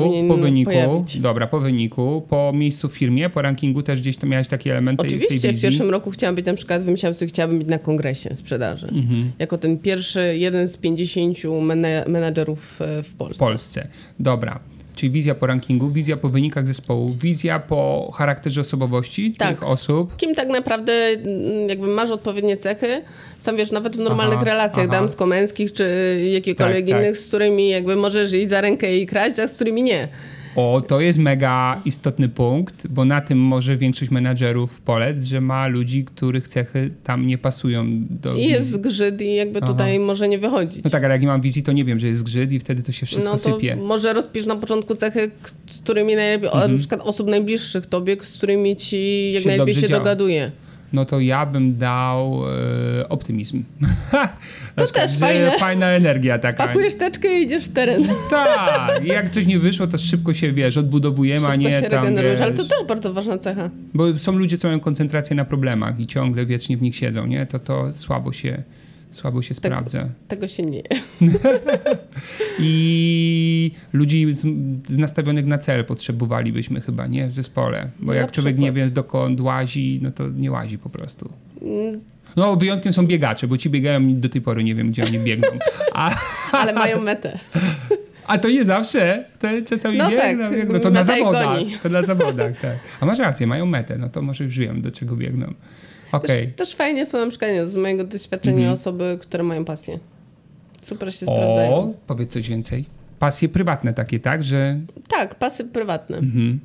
po wyniku, po miejscu w firmie, po rankingu też gdzieś tam miałeś takie elementy. Oczywiście, w pierwszym roku chciałam być na przykład, wymyślałam sobie, chciałabym być na kongresie sprzedaży. Jako ten pierwszy, jeden z 50 menadżerów w Polsce. W Polsce, dobra. Czyli wizja po rankingu, wizja po wynikach zespołu, wizja po charakterze osobowości tych osób. Kim tak naprawdę jakby masz odpowiednie cechy, sam wiesz, nawet w normalnych relacjach damsko-męskich czy jakichkolwiek innych, z którymi jakby możesz iść za rękę i kraść, a z którymi nie. O, to jest mega istotny punkt, bo na tym może większość menadżerów polec, że ma ludzi, których cechy tam nie pasują do wizji. I jest zgrzyt i jakby tutaj może nie wychodzić. No tak, ale jak nie mam wizji, to nie wiem, że jest zgrzyt i wtedy to się wszystko sypie. Może rozpisz na początku cechy, z którymi najlepiej, na przykład osób najbliższych tobie, z którymi ci jak najlepiej się dogaduje. No to ja bym dał optymizm. To też fajna energia taka. Spakujesz teczkę i idziesz w teren. Tak, jak coś nie wyszło, to szybko się, odbudowujemy, a nie się tam, regenerujesz, ale to też bardzo ważna cecha. Bo są ludzie, co mają koncentrację na problemach i ciągle wiecznie w nich siedzą, nie? To słabo się sprawdza. Tego się nie je. I ludzi nastawionych na cel potrzebowalibyśmy chyba, nie? W zespole. Bo jak człowiek nie wie, dokąd łazi, no to nie łazi po prostu. No wyjątkiem są biegacze, bo ci biegają do tej pory, nie wiem, gdzie oni biegną. Ale mają metę. A to nie zawsze. To czasami biegną. To na zawodach. To na zawodach, tak. A masz rację, mają metę. No to może już wiem, do czego biegną. Okay. Też fajnie są na przykład z mojego doświadczenia osoby, które mają pasję. Super się sprawdzają. Powiedz coś więcej. Pasje prywatne takie, tak? Że... Tak, pasje prywatne.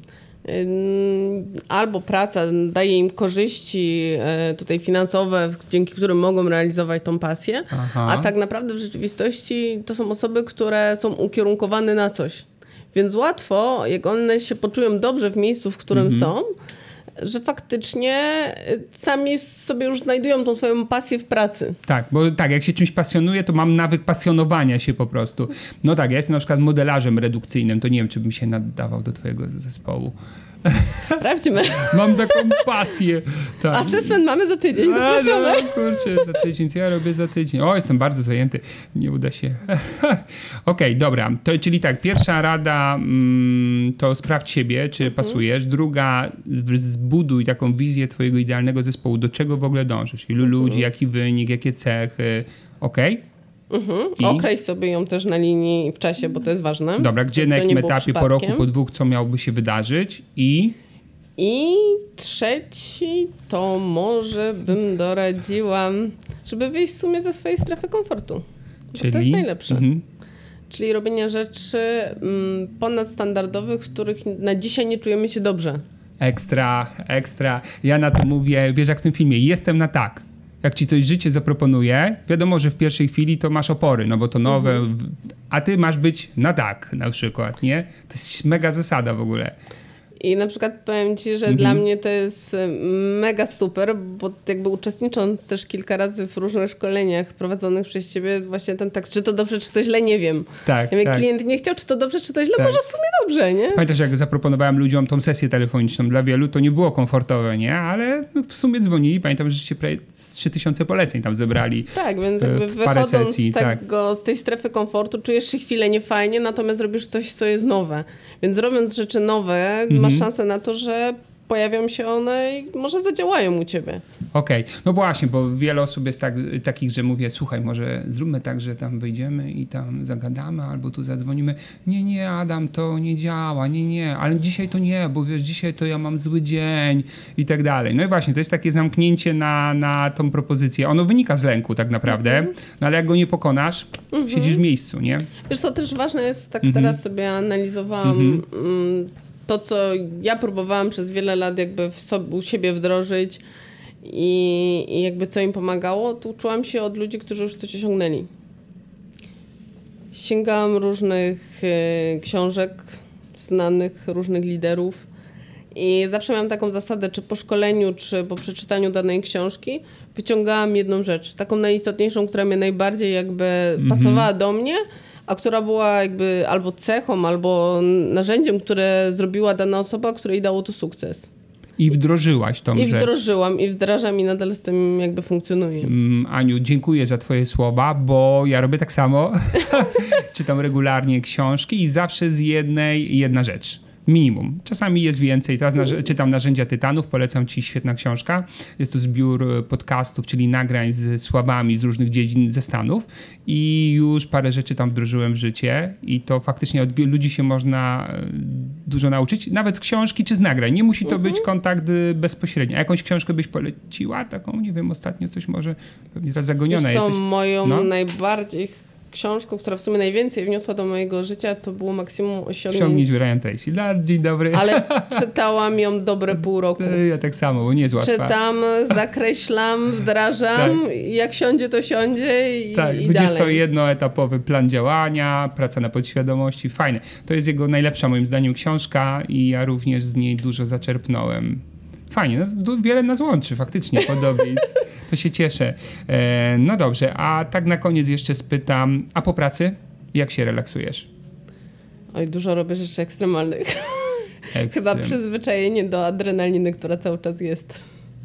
Albo praca daje im korzyści tutaj finansowe, dzięki którym mogą realizować tą pasję, a tak naprawdę w rzeczywistości to są osoby, które są ukierunkowane na coś. Więc łatwo, jak one się poczują dobrze w miejscu, w którym są, że faktycznie sami sobie już znajdują tą swoją pasję w pracy. Tak, bo tak, jak się czymś pasjonuje, to mam nawyk pasjonowania się po prostu. No tak, ja jestem na przykład modelarzem redukcyjnym, to nie wiem, czy bym się nadawał do twojego zespołu. Sprawdźmy. Mam taką pasję. Tak. Assessment mamy za tydzień, zapraszamy. No, kurczę, za tydzień, co ja robię za tydzień? O, jestem bardzo zajęty, nie uda się. Okej, dobra, czyli tak, pierwsza rada to sprawdź siebie, czy pasujesz. Druga, zbuduj taką wizję twojego idealnego zespołu, do czego w ogóle dążysz. Ilu ludzi, jaki wynik, jakie cechy, Określ sobie ją też na linii w czasie, bo to jest ważne. Dobra, gdzie, na jakim etapie, po roku, po 2, co miałoby się wydarzyć I trzeci to może bym doradziła, żeby wyjść w sumie ze swojej strefy komfortu. Czyli? To jest najlepsze. Czyli robienie rzeczy ponadstandardowych, w których na dzisiaj nie czujemy się dobrze. Ekstra. Ja na to mówię, wiesz jak w tym filmie, jestem na tak. Jak ci coś życie zaproponuje, wiadomo, że w pierwszej chwili to masz opory, no bo to nowe, a ty masz być na tak na przykład, nie? To jest mega zasada w ogóle. I na przykład powiem ci, że dla mnie to jest mega super, bo jakby uczestnicząc też kilka razy w różnych szkoleniach prowadzonych przez ciebie, właśnie ten tekst, czy to dobrze, czy to źle, nie wiem. Tak, ja klient nie chciał, czy to dobrze, czy to źle, może w sumie dobrze, nie? Pamiętasz, jak zaproponowałem ludziom tą sesję telefoniczną, dla wielu to nie było komfortowe, nie? Ale w sumie dzwonili, pamiętam, że się prawie 3000 poleceń tam zebrali. Tak, więc jakby wychodząc z tej strefy komfortu, czujesz się chwilę niefajnie, natomiast robisz coś, co jest nowe. Więc robiąc rzeczy nowe, masz szansę na to, że pojawią się one i może zadziałają u ciebie. Okej. No właśnie, bo wiele osób jest takich, że mówię, słuchaj, może zróbmy tak, że tam wyjdziemy i tam zagadamy albo tu zadzwonimy. Nie, Adam, to nie działa, nie, ale dzisiaj to nie, bo wiesz, dzisiaj to ja mam zły dzień i tak dalej. No i właśnie, to jest takie zamknięcie na tą propozycję. Ono wynika z lęku tak naprawdę, no ale jak go nie pokonasz, siedzisz w miejscu, nie? Wiesz co, też ważne jest, tak teraz sobie analizowałam to, co ja próbowałam przez wiele lat jakby u siebie wdrożyć i jakby co im pomagało, to uczyłam się od ludzi, którzy już coś osiągnęli. Sięgałam różnych książek znanych, różnych liderów i zawsze miałam taką zasadę, czy po szkoleniu, czy po przeczytaniu danej książki wyciągałam jedną rzecz, taką najistotniejszą, która mnie najbardziej jakby pasowała do mnie, a która była jakby albo cechą, albo narzędziem, które zrobiła dana osoba, której dało to sukces. I wdrożyłaś tą rzecz. I wdrożyłam i wdrażam i nadal z tym jakby funkcjonuję. Aniu, dziękuję za twoje słowa, bo ja robię tak samo. Czytam regularnie książki i zawsze jedna rzecz. Minimum. Czasami jest więcej. Teraz czytam Narzędzia Tytanów, polecam ci, świetna książka. Jest to zbiór podcastów, czyli nagrań z sławami z różnych dziedzin ze Stanów i już parę rzeczy tam wdrożyłem w życie i to faktycznie od wielu ludzi się można dużo nauczyć, nawet z książki czy z nagrań. Nie musi to być kontakt bezpośredni. A jakąś książkę byś poleciła? Taką, nie wiem, ostatnio coś może, pewnie teraz zagoniona jesteś. Moją najbardziej książką, która w sumie najwięcej wniosła do mojego życia, to było Maksimum Osiągnięć Brian Tracy. Dzień dobry. Ale czytałam ją dobre pół roku. Ja tak samo, bo nie jest łatwa. Czytam, zakreślam, wdrażam. Jak siądzie, to siądzie i dalej. 21-etapowy plan działania, praca na podświadomości. Fajne. To jest jego najlepsza moim zdaniem książka i ja również z niej dużo zaczerpnąłem. Fajnie, wiele nas łączy faktycznie podobieństw. To się cieszę. No dobrze, a tak na koniec jeszcze spytam, a po pracy jak się relaksujesz? Oj, dużo robię rzeczy ekstremalnych. Chyba przyzwyczajenie do adrenaliny, która cały czas jest.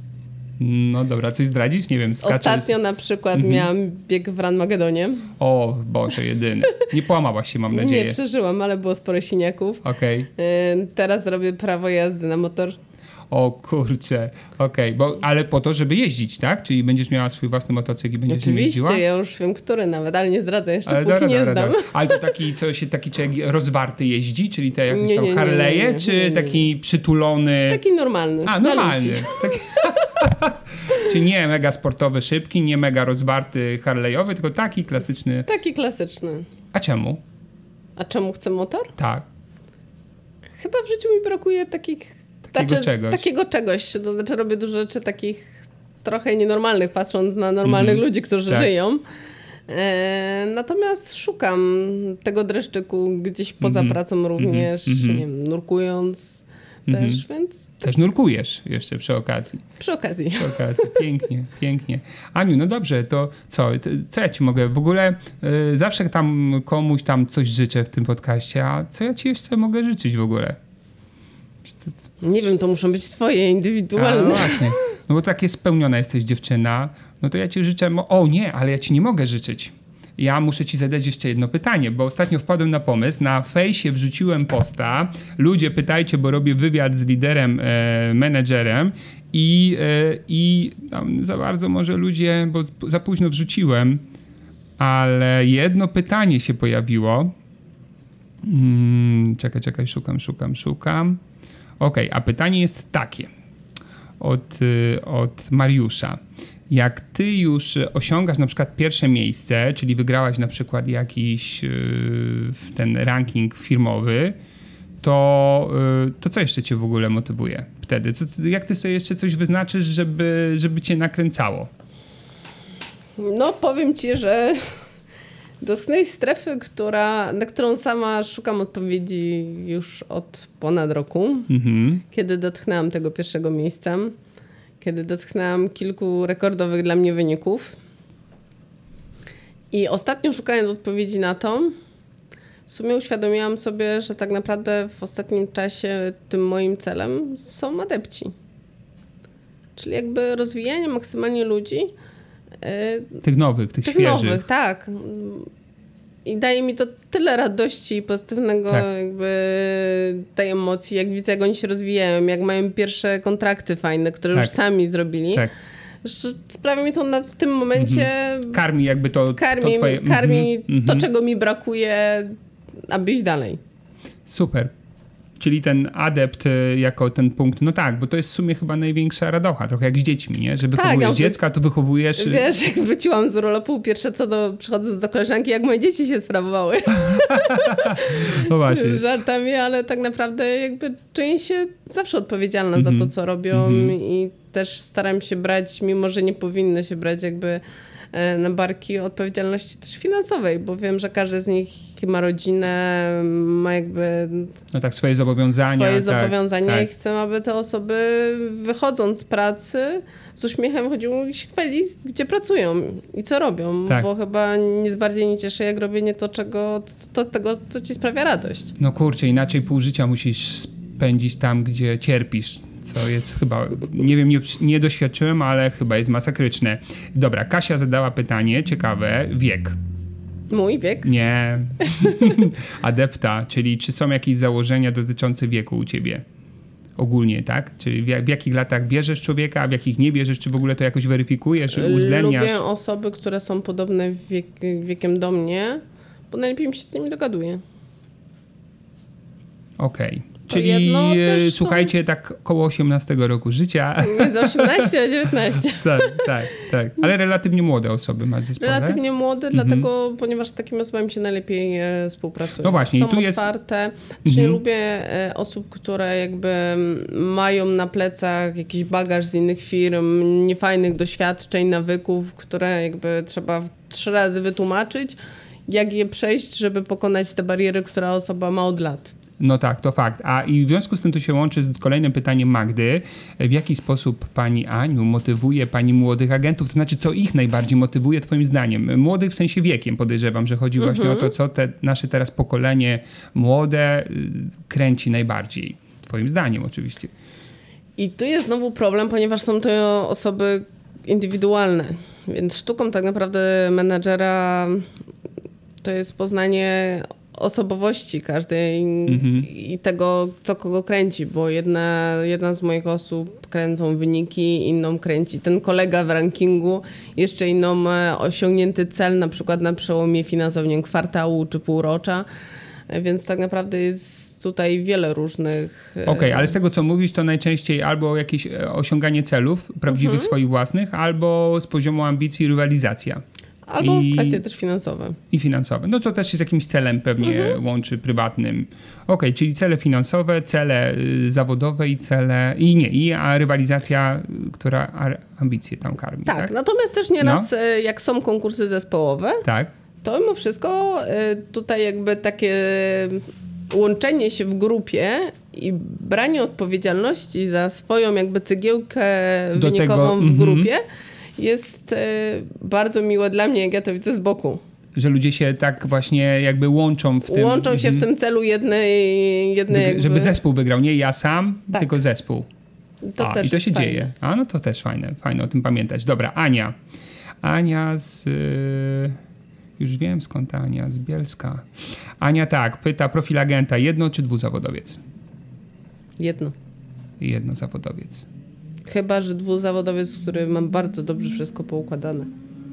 No dobra, coś zdradzić? Nie wiem, skaczesz... Ostatnio na przykład miałam bieg w Ranmagedonie. O Boże, jedyny. Nie połamałaś się, mam nadzieję. Nie przeżyłam, ale było sporo siniaków. Okej. Teraz robię prawo jazdy na motor. O kurczę, okej, ale po to, żeby jeździć, tak? Czyli będziesz miała swój własny motocykl i będziesz nim jeździła? Oczywiście, ja już wiem, który nawet, ale nie zdradzę jeszcze, póki nie zdam. Ale to taki człowiek rozwarty jeździ, czyli te jakieś tam Harley'e, czy taki przytulony? Taki normalny. A, normalny. Czyli nie mega sportowy, szybki, nie mega rozwarty Harley'owy, tylko taki klasyczny. Taki klasyczny. A czemu? A czemu chcę motor? Tak. Chyba w życiu mi brakuje takiego czegoś. To znaczy robię dużo rzeczy takich trochę nienormalnych, patrząc na normalnych ludzi, którzy żyją. Natomiast szukam tego dreszczyku gdzieś poza pracą również, nie wiem, nurkując też, więc... Też nurkujesz jeszcze przy okazji. Przy okazji. Pięknie, pięknie. Aniu, no dobrze, to co ja ci mogę? W ogóle zawsze tam komuś tam coś życzę w tym podcaście, a co ja ci jeszcze mogę życzyć w ogóle? Nie wiem, to muszą być twoje indywidualne. No właśnie. No bo takie spełniona jesteś dziewczyna, no to ja ci życzę... O nie, ale ja ci nie mogę życzyć. Ja muszę ci zadać jeszcze jedno pytanie, bo ostatnio wpadłem na pomysł, na fejsie wrzuciłem posta, ludzie pytajcie, bo robię wywiad z liderem, menedżerem i za bardzo może ludzie, bo za późno wrzuciłem, ale jedno pytanie się pojawiło. Czekaj, szukam. Okej, a pytanie jest takie od Mariusza. Jak ty już osiągasz na przykład pierwsze miejsce, czyli wygrałaś na przykład jakiś ten ranking firmowy, to co jeszcze cię w ogóle motywuje wtedy? Jak ty sobie jeszcze coś wyznaczysz, żeby cię nakręcało? No powiem ci, że dotknęłeś strefy, na którą sama szukam odpowiedzi już od ponad roku. Kiedy dotknęłam tego pierwszego miejsca, kiedy dotknęłam kilku rekordowych dla mnie wyników. I ostatnio szukając odpowiedzi na to, w sumie uświadomiłam sobie, że tak naprawdę w ostatnim czasie tym moim celem są adepci. Czyli jakby rozwijanie maksymalnie ludzi. Tych nowych, tych świeżych. Nowych, tak. I daje mi to tyle radości i pozytywnego jakby tej emocji, jak widzę, jak oni się rozwijają, jak mają pierwsze kontrakty fajne, które już sami zrobili. Tak. Że sprawia mi to w tym momencie... Karmi jakby to twoje... Karmi to, czego mi brakuje, aby iść dalej. Super. Czyli ten adept jako ten punkt, no tak, bo to jest w sumie chyba największa radocha, trochę jak z dziećmi, nie? Że wychowujesz dziecka, to wychowujesz... Wiesz, jak wróciłam z urlopu, pierwsze co przychodzę do koleżanki, jak moje dzieci się sprawowały. No właśnie. Żartami, ale tak naprawdę jakby czuję się zawsze odpowiedzialna za to, co robią i też staram się brać, mimo że nie powinny się brać jakby na barki odpowiedzialności też finansowej, bo wiem, że każdy z nich ma rodzinę, ma jakby... No tak, swoje zobowiązania i chcę, aby te osoby wychodząc z pracy z uśmiechem chodziły i się chwali, gdzie pracują i co robią, bo chyba nic bardziej nie cieszy, jak robienie tego, co ci sprawia radość. No kurczę, inaczej pół życia musisz spędzić tam, gdzie cierpisz. Co jest chyba, nie wiem, nie doświadczyłem, ale chyba jest masakryczne. Dobra, Kasia zadała pytanie, ciekawe, wiek. Mój wiek? Nie. Adepta, czyli czy są jakieś założenia dotyczące wieku u ciebie? Ogólnie, tak? Czyli w jakich latach bierzesz człowieka, a w jakich nie bierzesz? Czy w ogóle to jakoś weryfikujesz, uwzględniasz? Lubię osoby, które są podobne wiekiem do mnie, bo najlepiej mi się z nimi dogaduję. Okej. Czyli słuchajcie, tak koło 18 roku życia. Między 18 a 19. Tak. Ale relatywnie młode osoby masz w zespole? Relatywnie młode, dlatego, ponieważ z takimi osobami się najlepiej współpracuje. No właśnie. Są i tu otwarte. Nie lubię osób, które jakby mają na plecach jakiś bagaż z innych firm, niefajnych doświadczeń, nawyków, które jakby trzeba 3 razy wytłumaczyć, jak je przejść, żeby pokonać te bariery, które osoba ma od lat. No tak, to fakt. I w związku z tym to się łączy z kolejnym pytaniem Magdy. W jaki sposób pani Aniu motywuje pani młodych agentów? To znaczy, co ich najbardziej motywuje twoim zdaniem? Młodych w sensie wiekiem, podejrzewam, że chodzi właśnie o to, co te nasze teraz pokolenie młode kręci najbardziej. Twoim zdaniem oczywiście. I tu jest znowu problem, ponieważ są to osoby indywidualne. Więc sztuką tak naprawdę menadżera to jest poznanie osobowości każdej i tego, co kogo kręci, bo jedna z moich osób kręcą wyniki, inną kręci ten kolega w rankingu, jeszcze inną osiągnięty cel, na przykład na przełomie finansowym kwartału czy półrocza, więc tak naprawdę jest tutaj wiele różnych... Okej, ale z tego, co mówisz, to najczęściej albo jakieś osiąganie celów prawdziwych swoich własnych, albo z poziomu ambicji rywalizacja. Albo kwestie też finansowe. I finansowe. No co też się z jakimś celem pewnie łączy prywatnym. Okej, czyli cele finansowe, cele zawodowe i cele... a rywalizacja, która ambicje tam karmi. Tak, natomiast też nieraz jak są konkursy zespołowe, to mimo wszystko tutaj jakby takie łączenie się w grupie i branie odpowiedzialności za swoją jakby cygiełkę wynikową w grupie jest bardzo miłe dla mnie, jak ja to widzę z boku. Że ludzie się tak właśnie jakby łączą w tym... Łączą się w tym celu jednej jakby... Żeby zespół wygrał. Nie ja sam, tylko zespół. I to się dzieje. No to też fajne o tym pamiętać. Dobra, Ania. Ania z... Już wiem skąd Ania, z Bielska. Ania pyta profil agenta, 1 czy 2 zawodowiec? 1. 1 zawodowiec. Chyba, że 2 zawodowiec, który mam bardzo dobrze wszystko poukładane.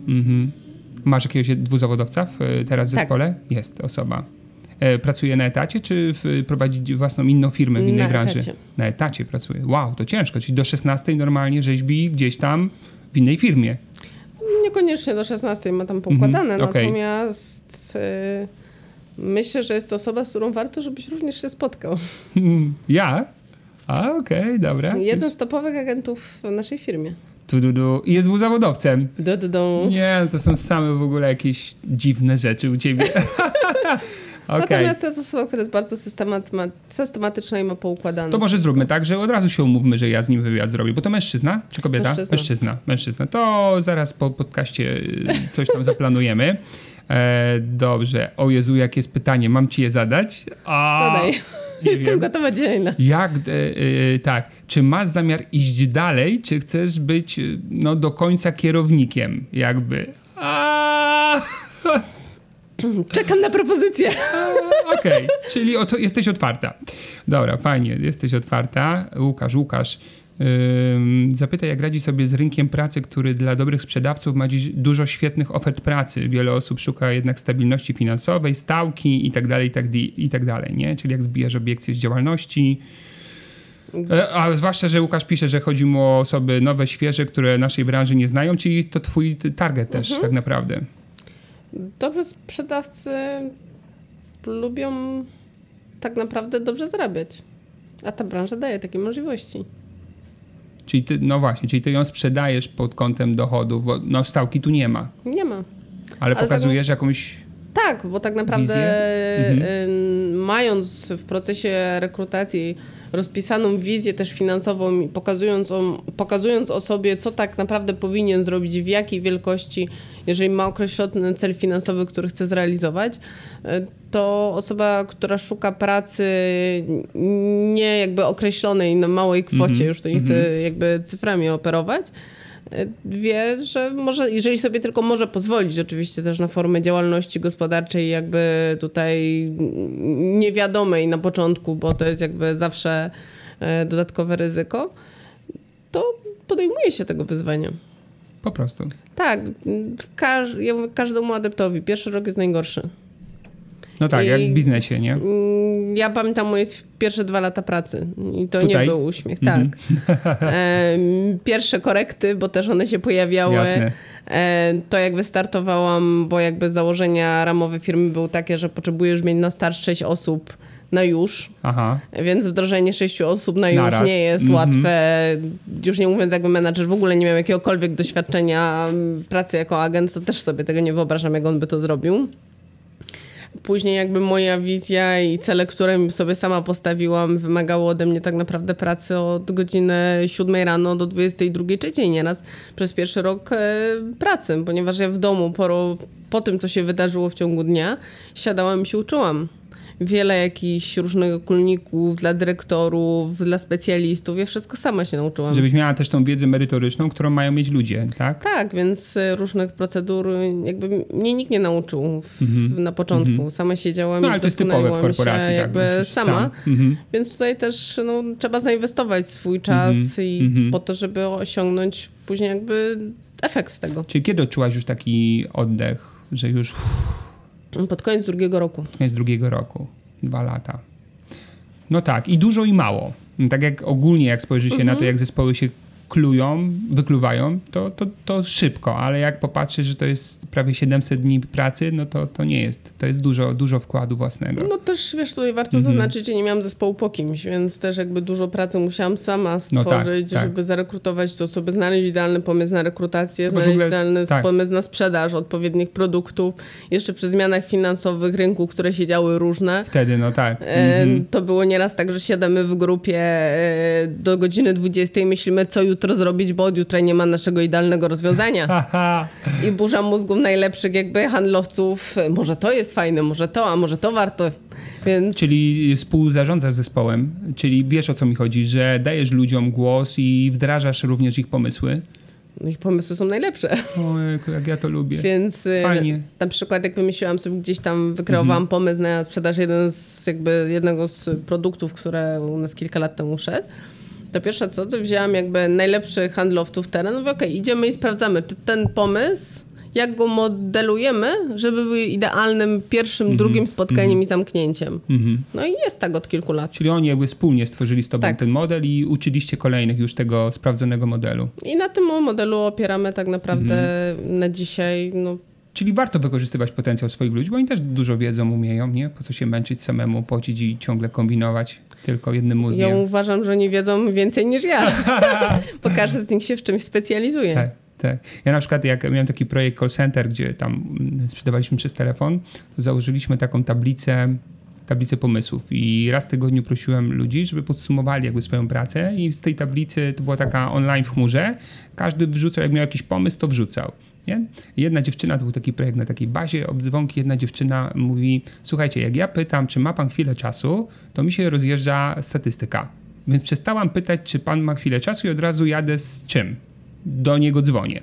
Masz jakiegoś 2 zawodowca teraz w zespole? Jest osoba. Pracuje na etacie, czy prowadzi własną inną firmę w innej branży? Etacie. Na etacie pracuje. Wow, to ciężko. Czyli do 16 normalnie rzeźbi gdzieś tam w innej firmie. Niekoniecznie do 16 ma tam poukładane, natomiast Myślę, że jest to osoba, z którą warto, żebyś również się spotkał. Ja? Okej, dobra. Jeden z topowych agentów w naszej firmie. I jest dwuzawodowcem. Nie, to są same w ogóle jakieś dziwne rzeczy u ciebie. Okay. Natomiast to jest osoba, która jest bardzo systematyczna i ma poukładane. To może zróbmy tak, że od razu się umówmy, że ja z nim wywiad zrobię. Bo to mężczyzna czy kobieta? Mężczyzna. To zaraz po podcaście coś tam zaplanujemy. Dobrze. O Jezu, jakie jest pytanie. Mam ci je zadać? Zadaj. Jestem gotowa dzisiaj na. Tak. Czy masz zamiar iść dalej, czy chcesz być do końca kierownikiem? Czekam na propozycję. Okej, czyli jesteś otwarta. Dobra, fajnie, jesteś otwarta. Łukasz, zapytaj, jak radzi sobie z rynkiem pracy, który dla dobrych sprzedawców ma dziś dużo świetnych ofert pracy. Wiele osób szuka jednak stabilności finansowej, stałki i tak dalej, nie? Czyli jak zbijasz obiekcje z działalności. A zwłaszcza, że Łukasz pisze, że chodzi mu o osoby nowe, świeże, które naszej branży nie znają, czyli to twój target też tak naprawdę. Dobrze sprzedawcy lubią tak naprawdę dobrze zarabiać, a ta branża daje takie możliwości. Czyli ty ją sprzedajesz pod kątem dochodów, bo stałki tu nie ma. Nie ma. Ale pokazujesz jakąś Tak, bo tak naprawdę mając w procesie rekrutacji rozpisaną wizję też finansową i pokazując osobie, co tak naprawdę powinien zrobić, w jakiej wielkości, jeżeli ma określony cel finansowy, który chce zrealizować, to osoba, która szuka pracy nie jakby określonej na małej kwocie, już to nie chcę jakby cyframi operować, wie, że może, jeżeli sobie tylko może pozwolić oczywiście też na formę działalności gospodarczej jakby tutaj niewiadomej na początku, bo to jest jakby zawsze dodatkowe ryzyko, to podejmuje się tego wyzwania. Po prostu. Tak. Ja mówię każdemu adeptowi. Pierwszy rok jest najgorszy. No tak, jak w biznesie, nie? Ja pamiętam moje pierwsze 2 lata pracy i to nie był uśmiech. Tak. Pierwsze korekty, bo też one się pojawiały. Jasne. To jak wystartowałam, bo jakby założenia ramowe firmy były takie, że potrzebujesz mieć na start 6 osób na już, więc wdrożenie 6 osób na już nie jest łatwe. Już nie mówiąc jakby menadżer w ogóle nie miał jakiegokolwiek doświadczenia pracy jako agent, to też sobie tego nie wyobrażam, jak on by to zrobił. Później jakby moja wizja i cele, które sobie sama postawiłam, wymagało ode mnie tak naprawdę pracy od godziny 7 rano do 22:03 nieraz przez pierwszy rok pracy, ponieważ ja w domu po tym, co się wydarzyło w ciągu dnia, siadałam i się uczyłam. Wiele jakichś różnych okulników dla dyrektorów, dla specjalistów. Ja wszystko sama się nauczyłam. Żebyś miała też tą wiedzę merytoryczną, którą mają mieć ludzie, tak? Tak, więc różnych procedur jakby mnie nikt nie nauczył na początku. Sama siedziałam i doskonaliłam się jakby sama. Więc tutaj też trzeba zainwestować swój czas i po to, żeby osiągnąć później jakby efekt tego. Czyli kiedy odczułaś już taki oddech, że już... Pod koniec drugiego roku. Pod koniec drugiego roku. 2 lata. No tak. I dużo i mało. Tak jak ogólnie, jak spojrzy się na to, jak zespoły się wykluwają, to szybko. Ale jak popatrzysz, że to jest prawie 700 dni pracy, no to nie jest. To jest dużo wkładu własnego. No też, wiesz, tutaj warto zaznaczyć, że nie miałam zespołu po kimś, więc też jakby dużo pracy musiałam sama stworzyć, żeby zarekrutować te osoby, znaleźć idealny pomysł na rekrutację, znaleźć idealny pomysł na sprzedaż odpowiednich produktów. Jeszcze przy zmianach finansowych rynku, które się działy różne. Wtedy, To było nieraz tak, że siadamy w grupie do godziny 20 i myślimy, co jutro zrobić, bo od jutra nie ma naszego idealnego rozwiązania. I burza mózgów najlepszych jakby handlowców. Może to jest fajne, może to, a może to warto. Więc... Czyli współzarządzasz zespołem, czyli wiesz, o co mi chodzi, że dajesz ludziom głos i wdrażasz również ich pomysły. Ich pomysły są najlepsze. Ojejku, jak ja to lubię. Więc fajnie. Na przykład jak wymyśliłam sobie gdzieś tam, wykreowałam pomysł na sprzedaż jednego z produktów, które u nas kilka lat temu szedł, to pierwsze co, to wzięłam jakby najlepszych handlowców terenu. Mówię, okej, idziemy i sprawdzamy, czy ten pomysł, jak go modelujemy, żeby był idealnym pierwszym, drugim spotkaniem i zamknięciem. No i jest tak od kilku lat. Czyli oni jakby wspólnie stworzyli z tobą ten model i uczyliście kolejnych już tego sprawdzonego modelu. I na tym modelu opieramy tak naprawdę na dzisiaj Czyli warto wykorzystywać potencjał swoich ludzi, bo oni też dużo wiedzą, umieją, nie? Po co się męczyć samemu, pocić i ciągle kombinować tylko jednym mózgiem. Ja uważam, że oni wiedzą więcej niż ja, bo każdy z nich się w czymś specjalizuje. Tak. Ja na przykład jak miałem taki projekt call center, gdzie tam sprzedawaliśmy przez telefon, to założyliśmy taką tablicę pomysłów i raz w tygodniu prosiłem ludzi, żeby podsumowali jakby swoją pracę i z tej tablicy, to była taka online w chmurze, każdy wrzucał, jak miał jakiś pomysł, to wrzucał. Nie? Jedna dziewczyna, to był taki projekt na takiej bazie obdzwonki, jedna dziewczyna mówi, słuchajcie, jak ja pytam, czy ma pan chwilę czasu, to mi się rozjeżdża statystyka. Więc przestałam pytać, czy pan ma chwilę czasu i od razu jadę z czym? Do niego dzwonię.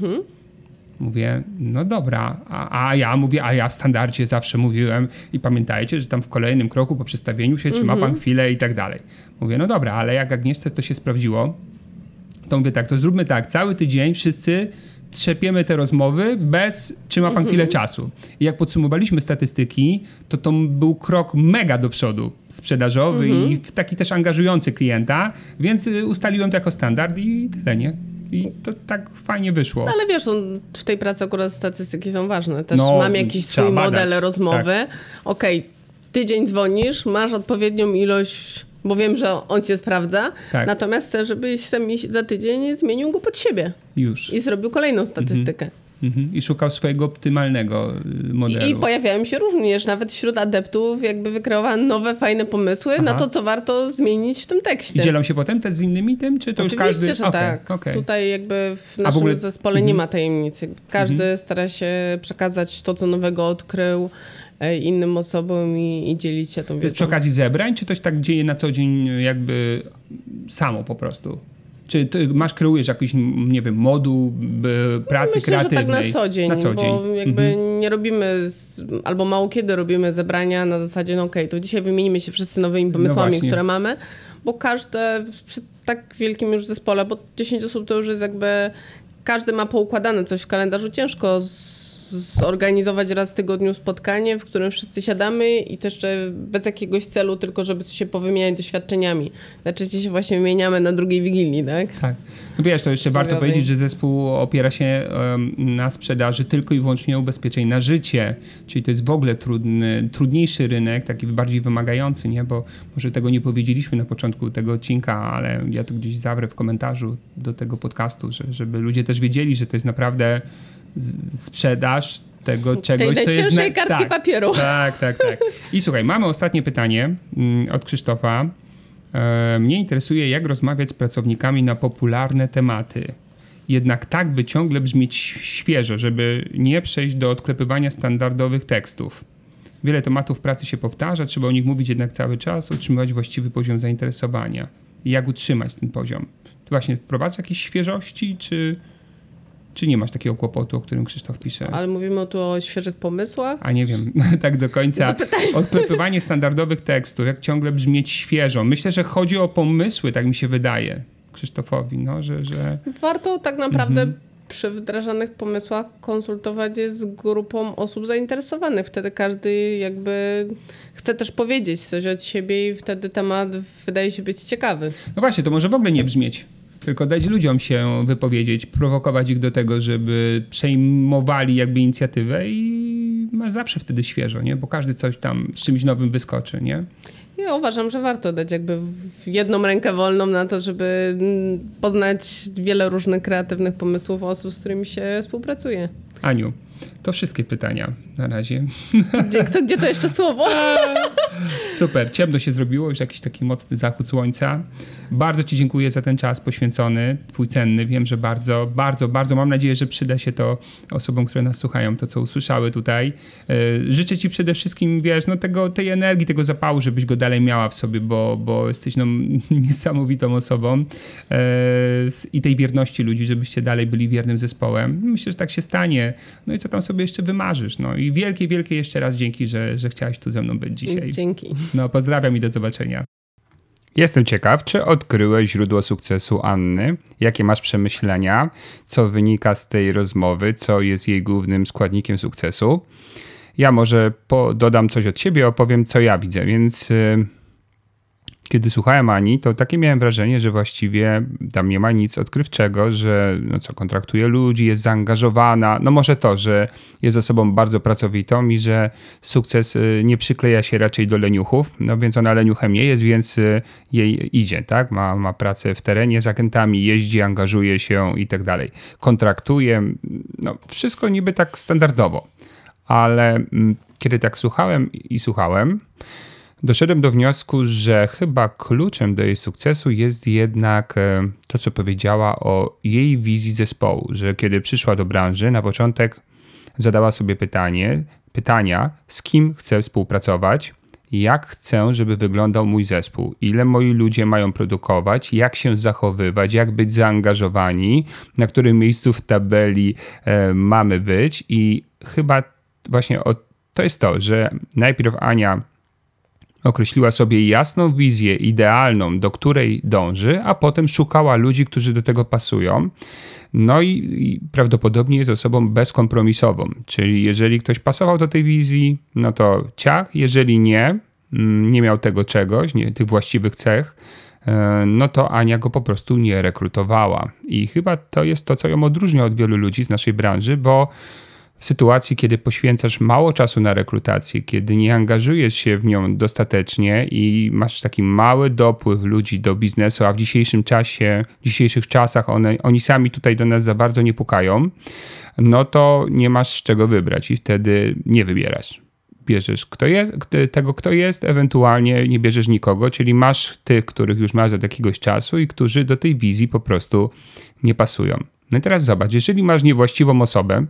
Mówię, no dobra, a ja w standardzie zawsze mówiłem i pamiętajcie, że tam w kolejnym kroku po przestawieniu się, czy ma pan chwilę i tak dalej. Mówię, no dobra, ale jak Agnieszce to się sprawdziło, to mówię tak, to zróbmy tak, cały tydzień wszyscy trzepiemy te rozmowy bez, czy ma pan chwilę czasu. I jak podsumowaliśmy statystyki, to był krok mega do przodu sprzedażowy i taki też angażujący klienta, więc ustaliłem to jako standard i tyle, nie? I to tak fajnie wyszło. No ale wiesz, w tej pracy akurat statystyki są ważne. Też mam jakiś swój model rozmowy. Tak. Okej, tydzień dzwonisz, masz odpowiednią ilość, bo wiem, że on cię sprawdza. Tak. Natomiast chcę, żebyś za tydzień zmienił go pod siebie. Już. I zrobił kolejną statystykę. I szukał swojego optymalnego modelu. I pojawiają się również nawet wśród adeptów jakby wykreowano nowe, fajne pomysły na to, co warto zmienić w tym tekście. I dzielą się potem też z innymi tym, czy to oczywiście, już każdy... że tak. Okay. Tutaj jakby w naszym zespole nie ma tajemnicy. Każdy stara się przekazać to, co nowego odkrył innym osobom i dzielić się tą wiedzą. To jest przy okazji zebrań, czy to się tak dzieje na co dzień jakby samo po prostu? Czy ty kreujesz jakiś, nie wiem, moduł pracy kreatywnej? Myślę, że tak na co dzień, bo jakby nie robimy, albo mało kiedy robimy zebrania na zasadzie, no okej, to dzisiaj wymienimy się wszyscy nowymi pomysłami, które mamy, bo każde, przy tak wielkim już zespole, bo 10 osób to już jest jakby, każdy ma poukładane coś w kalendarzu, ciężko zorganizować raz w tygodniu spotkanie, w którym wszyscy siadamy i to jeszcze bez jakiegoś celu, tylko żeby się powymieniać doświadczeniami. Najczęściej się właśnie wymieniamy na drugiej Wigilii, tak? Tak. No wiesz, to jeszcze warto powiedzieć, że zespół opiera się na sprzedaży tylko i wyłącznie ubezpieczeń na życie, czyli to jest w ogóle trudniejszy rynek, taki bardziej wymagający, nie? Bo może tego nie powiedzieliśmy na początku tego odcinka, ale ja to gdzieś zawrę w komentarzu do tego podcastu, żeby ludzie też wiedzieli, że to jest naprawdę sprzedaż tego czegoś, tej najcięższej kartki papieru. Tak. I słuchaj, mamy ostatnie pytanie od Krzysztofa. Mnie interesuje, jak rozmawiać z pracownikami na popularne tematy. Jednak tak, by ciągle brzmieć świeżo, żeby nie przejść do odklepywania standardowych tekstów. Wiele tematów pracy się powtarza, trzeba o nich mówić jednak cały czas, utrzymywać właściwy poziom zainteresowania. I jak utrzymać ten poziom? Ty właśnie wprowadzasz jakieś świeżości, czy nie masz takiego kłopotu, o którym Krzysztof pisze? Ale mówimy tu o świeżych pomysłach? A nie wiem, tak do końca. Odklepywanie standardowych tekstów, jak ciągle brzmieć świeżo. Myślę, że chodzi o pomysły, tak mi się wydaje, Krzysztofowi. No, że... Warto tak naprawdę przy wdrażanych pomysłach konsultować je z grupą osób zainteresowanych. Wtedy każdy jakby chce też powiedzieć coś od siebie i wtedy temat wydaje się być ciekawy. No właśnie, to może w ogóle nie brzmieć. Tylko dać ludziom się wypowiedzieć, prowokować ich do tego, żeby przejmowali jakby inicjatywę i masz zawsze wtedy świeżo, nie? Bo każdy coś tam z czymś nowym wyskoczy, nie? Ja uważam, że warto dać jakby jedną rękę wolną na to, żeby poznać wiele różnych kreatywnych pomysłów osób, z którymi się współpracuje. Aniu, to wszystkie pytania na razie. Gdzie to jeszcze słowo? Super, ciemno się zrobiło, już jakiś taki mocny zachód słońca. Bardzo ci dziękuję za ten czas poświęcony, twój cenny. Wiem, że bardzo, bardzo, bardzo mam nadzieję, że przyda się to osobom, które nas słuchają, to co usłyszały tutaj. Życzę ci przede wszystkim, wiesz, no tej energii, tego zapału, żebyś go dalej miała w sobie, bo jesteś niesamowitą osobą i tej wierności ludzi, żebyście dalej byli wiernym zespołem. Myślę, że tak się stanie. No i co tam sobie jeszcze wymarzysz. No i wielkie, wielkie jeszcze raz dzięki, że chciałaś tu ze mną być dzisiaj. Dzięki. No pozdrawiam i do zobaczenia. Jestem ciekaw, czy odkryłeś źródło sukcesu Anny? Jakie masz przemyślenia? Co wynika z tej rozmowy? Co jest jej głównym składnikiem sukcesu? Ja może dodam coś od siebie, opowiem, co ja widzę. Więc kiedy słuchałem Ani, to takie miałem wrażenie, że właściwie tam nie ma nic odkrywczego, że kontraktuje ludzi, jest zaangażowana. No może to, że jest osobą bardzo pracowitą i że sukces nie przykleja się raczej do leniuchów, no więc ona leniuchem nie jest, więc jej idzie, tak? Ma pracę w terenie z agentami, jeździ, angażuje się i tak dalej. Kontraktuje, no wszystko niby tak standardowo, ale kiedy tak słuchałem, doszedłem do wniosku, że chyba kluczem do jej sukcesu jest jednak to, co powiedziała o jej wizji zespołu, że kiedy przyszła do branży, na początek zadała sobie pytania, z kim chcę współpracować, jak chcę, żeby wyglądał mój zespół, ile moi ludzie mają produkować, jak się zachowywać, jak być zaangażowani, na którym miejscu w tabeli mamy być i chyba właśnie to jest to, że najpierw Ania określiła sobie jasną wizję idealną, do której dąży, a potem szukała ludzi, którzy do tego pasują. No i prawdopodobnie jest osobą bezkompromisową, czyli jeżeli ktoś pasował do tej wizji, no to ciach, jeżeli nie miał tego czegoś, tych właściwych cech, no to Ania go po prostu nie rekrutowała. I chyba to jest to, co ją odróżnia od wielu ludzi z naszej branży, bo w sytuacji, kiedy poświęcasz mało czasu na rekrutację, kiedy nie angażujesz się w nią dostatecznie i masz taki mały dopływ ludzi do biznesu, a w dzisiejszych czasach oni sami tutaj do nas za bardzo nie pukają, no to nie masz z czego wybrać i wtedy nie wybierasz. Bierzesz tego, kto jest, ewentualnie nie bierzesz nikogo, czyli masz tych, których już masz od jakiegoś czasu i którzy do tej wizji po prostu nie pasują. No i teraz zobacz, jeżeli masz niewłaściwą osobę,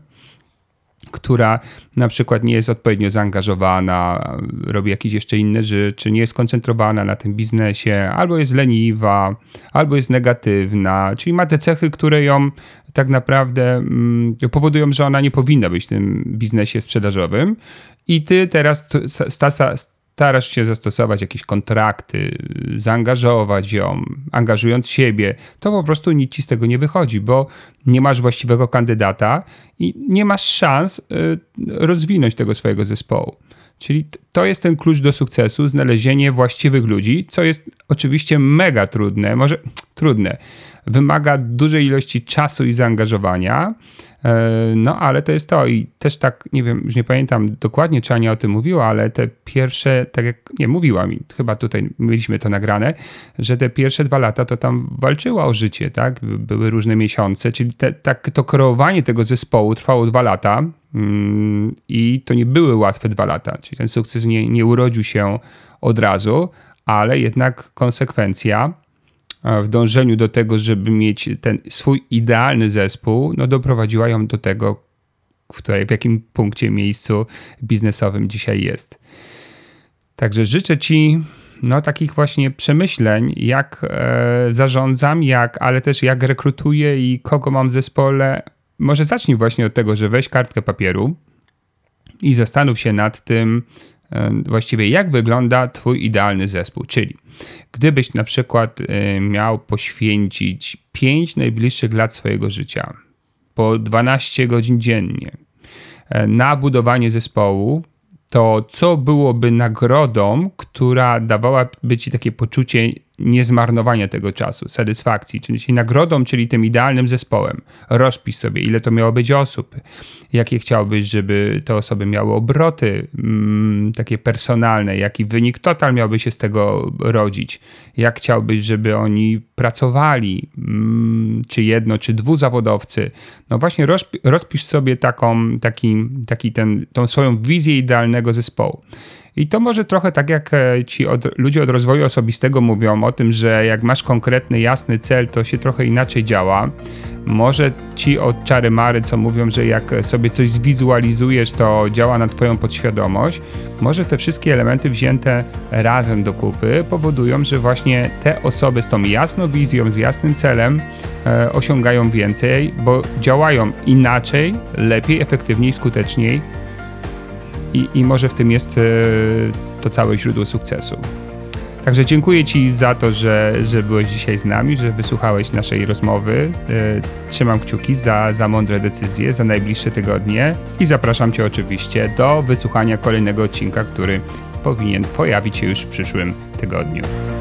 która na przykład nie jest odpowiednio zaangażowana, robi jakieś jeszcze inne rzeczy, nie jest skoncentrowana na tym biznesie, albo jest leniwa, albo jest negatywna, czyli ma te cechy, które ją tak naprawdę powodują, że ona nie powinna być w tym biznesie sprzedażowym i ty teraz starasz się zastosować jakieś kontrakty, zaangażować ją, angażując siebie, to po prostu nic ci z tego nie wychodzi, bo nie masz właściwego kandydata i nie masz szans rozwinąć tego swojego zespołu. Czyli to jest ten klucz do sukcesu, znalezienie właściwych ludzi, co jest oczywiście mega trudne, może trudne, wymaga dużej ilości czasu i zaangażowania, no ale to jest to i też tak, nie wiem, już nie pamiętam dokładnie, czy Ania o tym mówiła, ale te pierwsze, tak jak, nie mówiła mi, chyba tutaj mieliśmy to nagrane, że te pierwsze 2 lata to tam walczyła o życie, tak, były różne miesiące, czyli to kreowanie tego zespołu trwało 2 lata i to nie były łatwe 2 lata, czyli ten sukces nie urodził się od razu, ale jednak konsekwencja w dążeniu do tego, żeby mieć ten swój idealny zespół, no doprowadziła ją do tego, w jakim punkcie, miejscu biznesowym dzisiaj jest. Także życzę ci takich właśnie przemyśleń, jak zarządzam, ale też jak rekrutuję i kogo mam w zespole. Może zacznij właśnie od tego, że weź kartkę papieru i zastanów się nad tym, właściwie jak wygląda twój idealny zespół, czyli gdybyś na przykład miał poświęcić 5 najbliższych lat swojego życia, po 12 godzin dziennie, na budowanie zespołu, to co byłoby nagrodą, która dawałaby ci takie poczucie niezmarnowania tego czasu, satysfakcji, czyli nagrodą, czyli tym idealnym zespołem. Rozpisz sobie, ile to miało być osób, jakie chciałbyś, żeby te osoby miały obroty takie personalne, jaki wynik total miałby się z tego rodzić, jak chciałbyś, żeby oni pracowali, czy jedno, czy 2 zawodowcy. No właśnie rozpisz sobie tą swoją wizję idealnego zespołu. I to może trochę tak jak ci ludzie od rozwoju osobistego mówią o tym, że jak masz konkretny, jasny cel, to się trochę inaczej działa. Może ci od czary mary, co mówią, że jak sobie coś zwizualizujesz, to działa na twoją podświadomość. Może te wszystkie elementy wzięte razem do kupy powodują, że właśnie te osoby z tą jasną wizją, z jasnym celem osiągają więcej, bo działają inaczej, lepiej, efektywniej, skuteczniej. I może w tym jest to całe źródło sukcesu. Także dziękuję ci za to, że byłeś dzisiaj z nami, że wysłuchałeś naszej rozmowy. Trzymam kciuki za mądre decyzje, za najbliższe tygodnie i zapraszam cię oczywiście do wysłuchania kolejnego odcinka, który powinien pojawić się już w przyszłym tygodniu.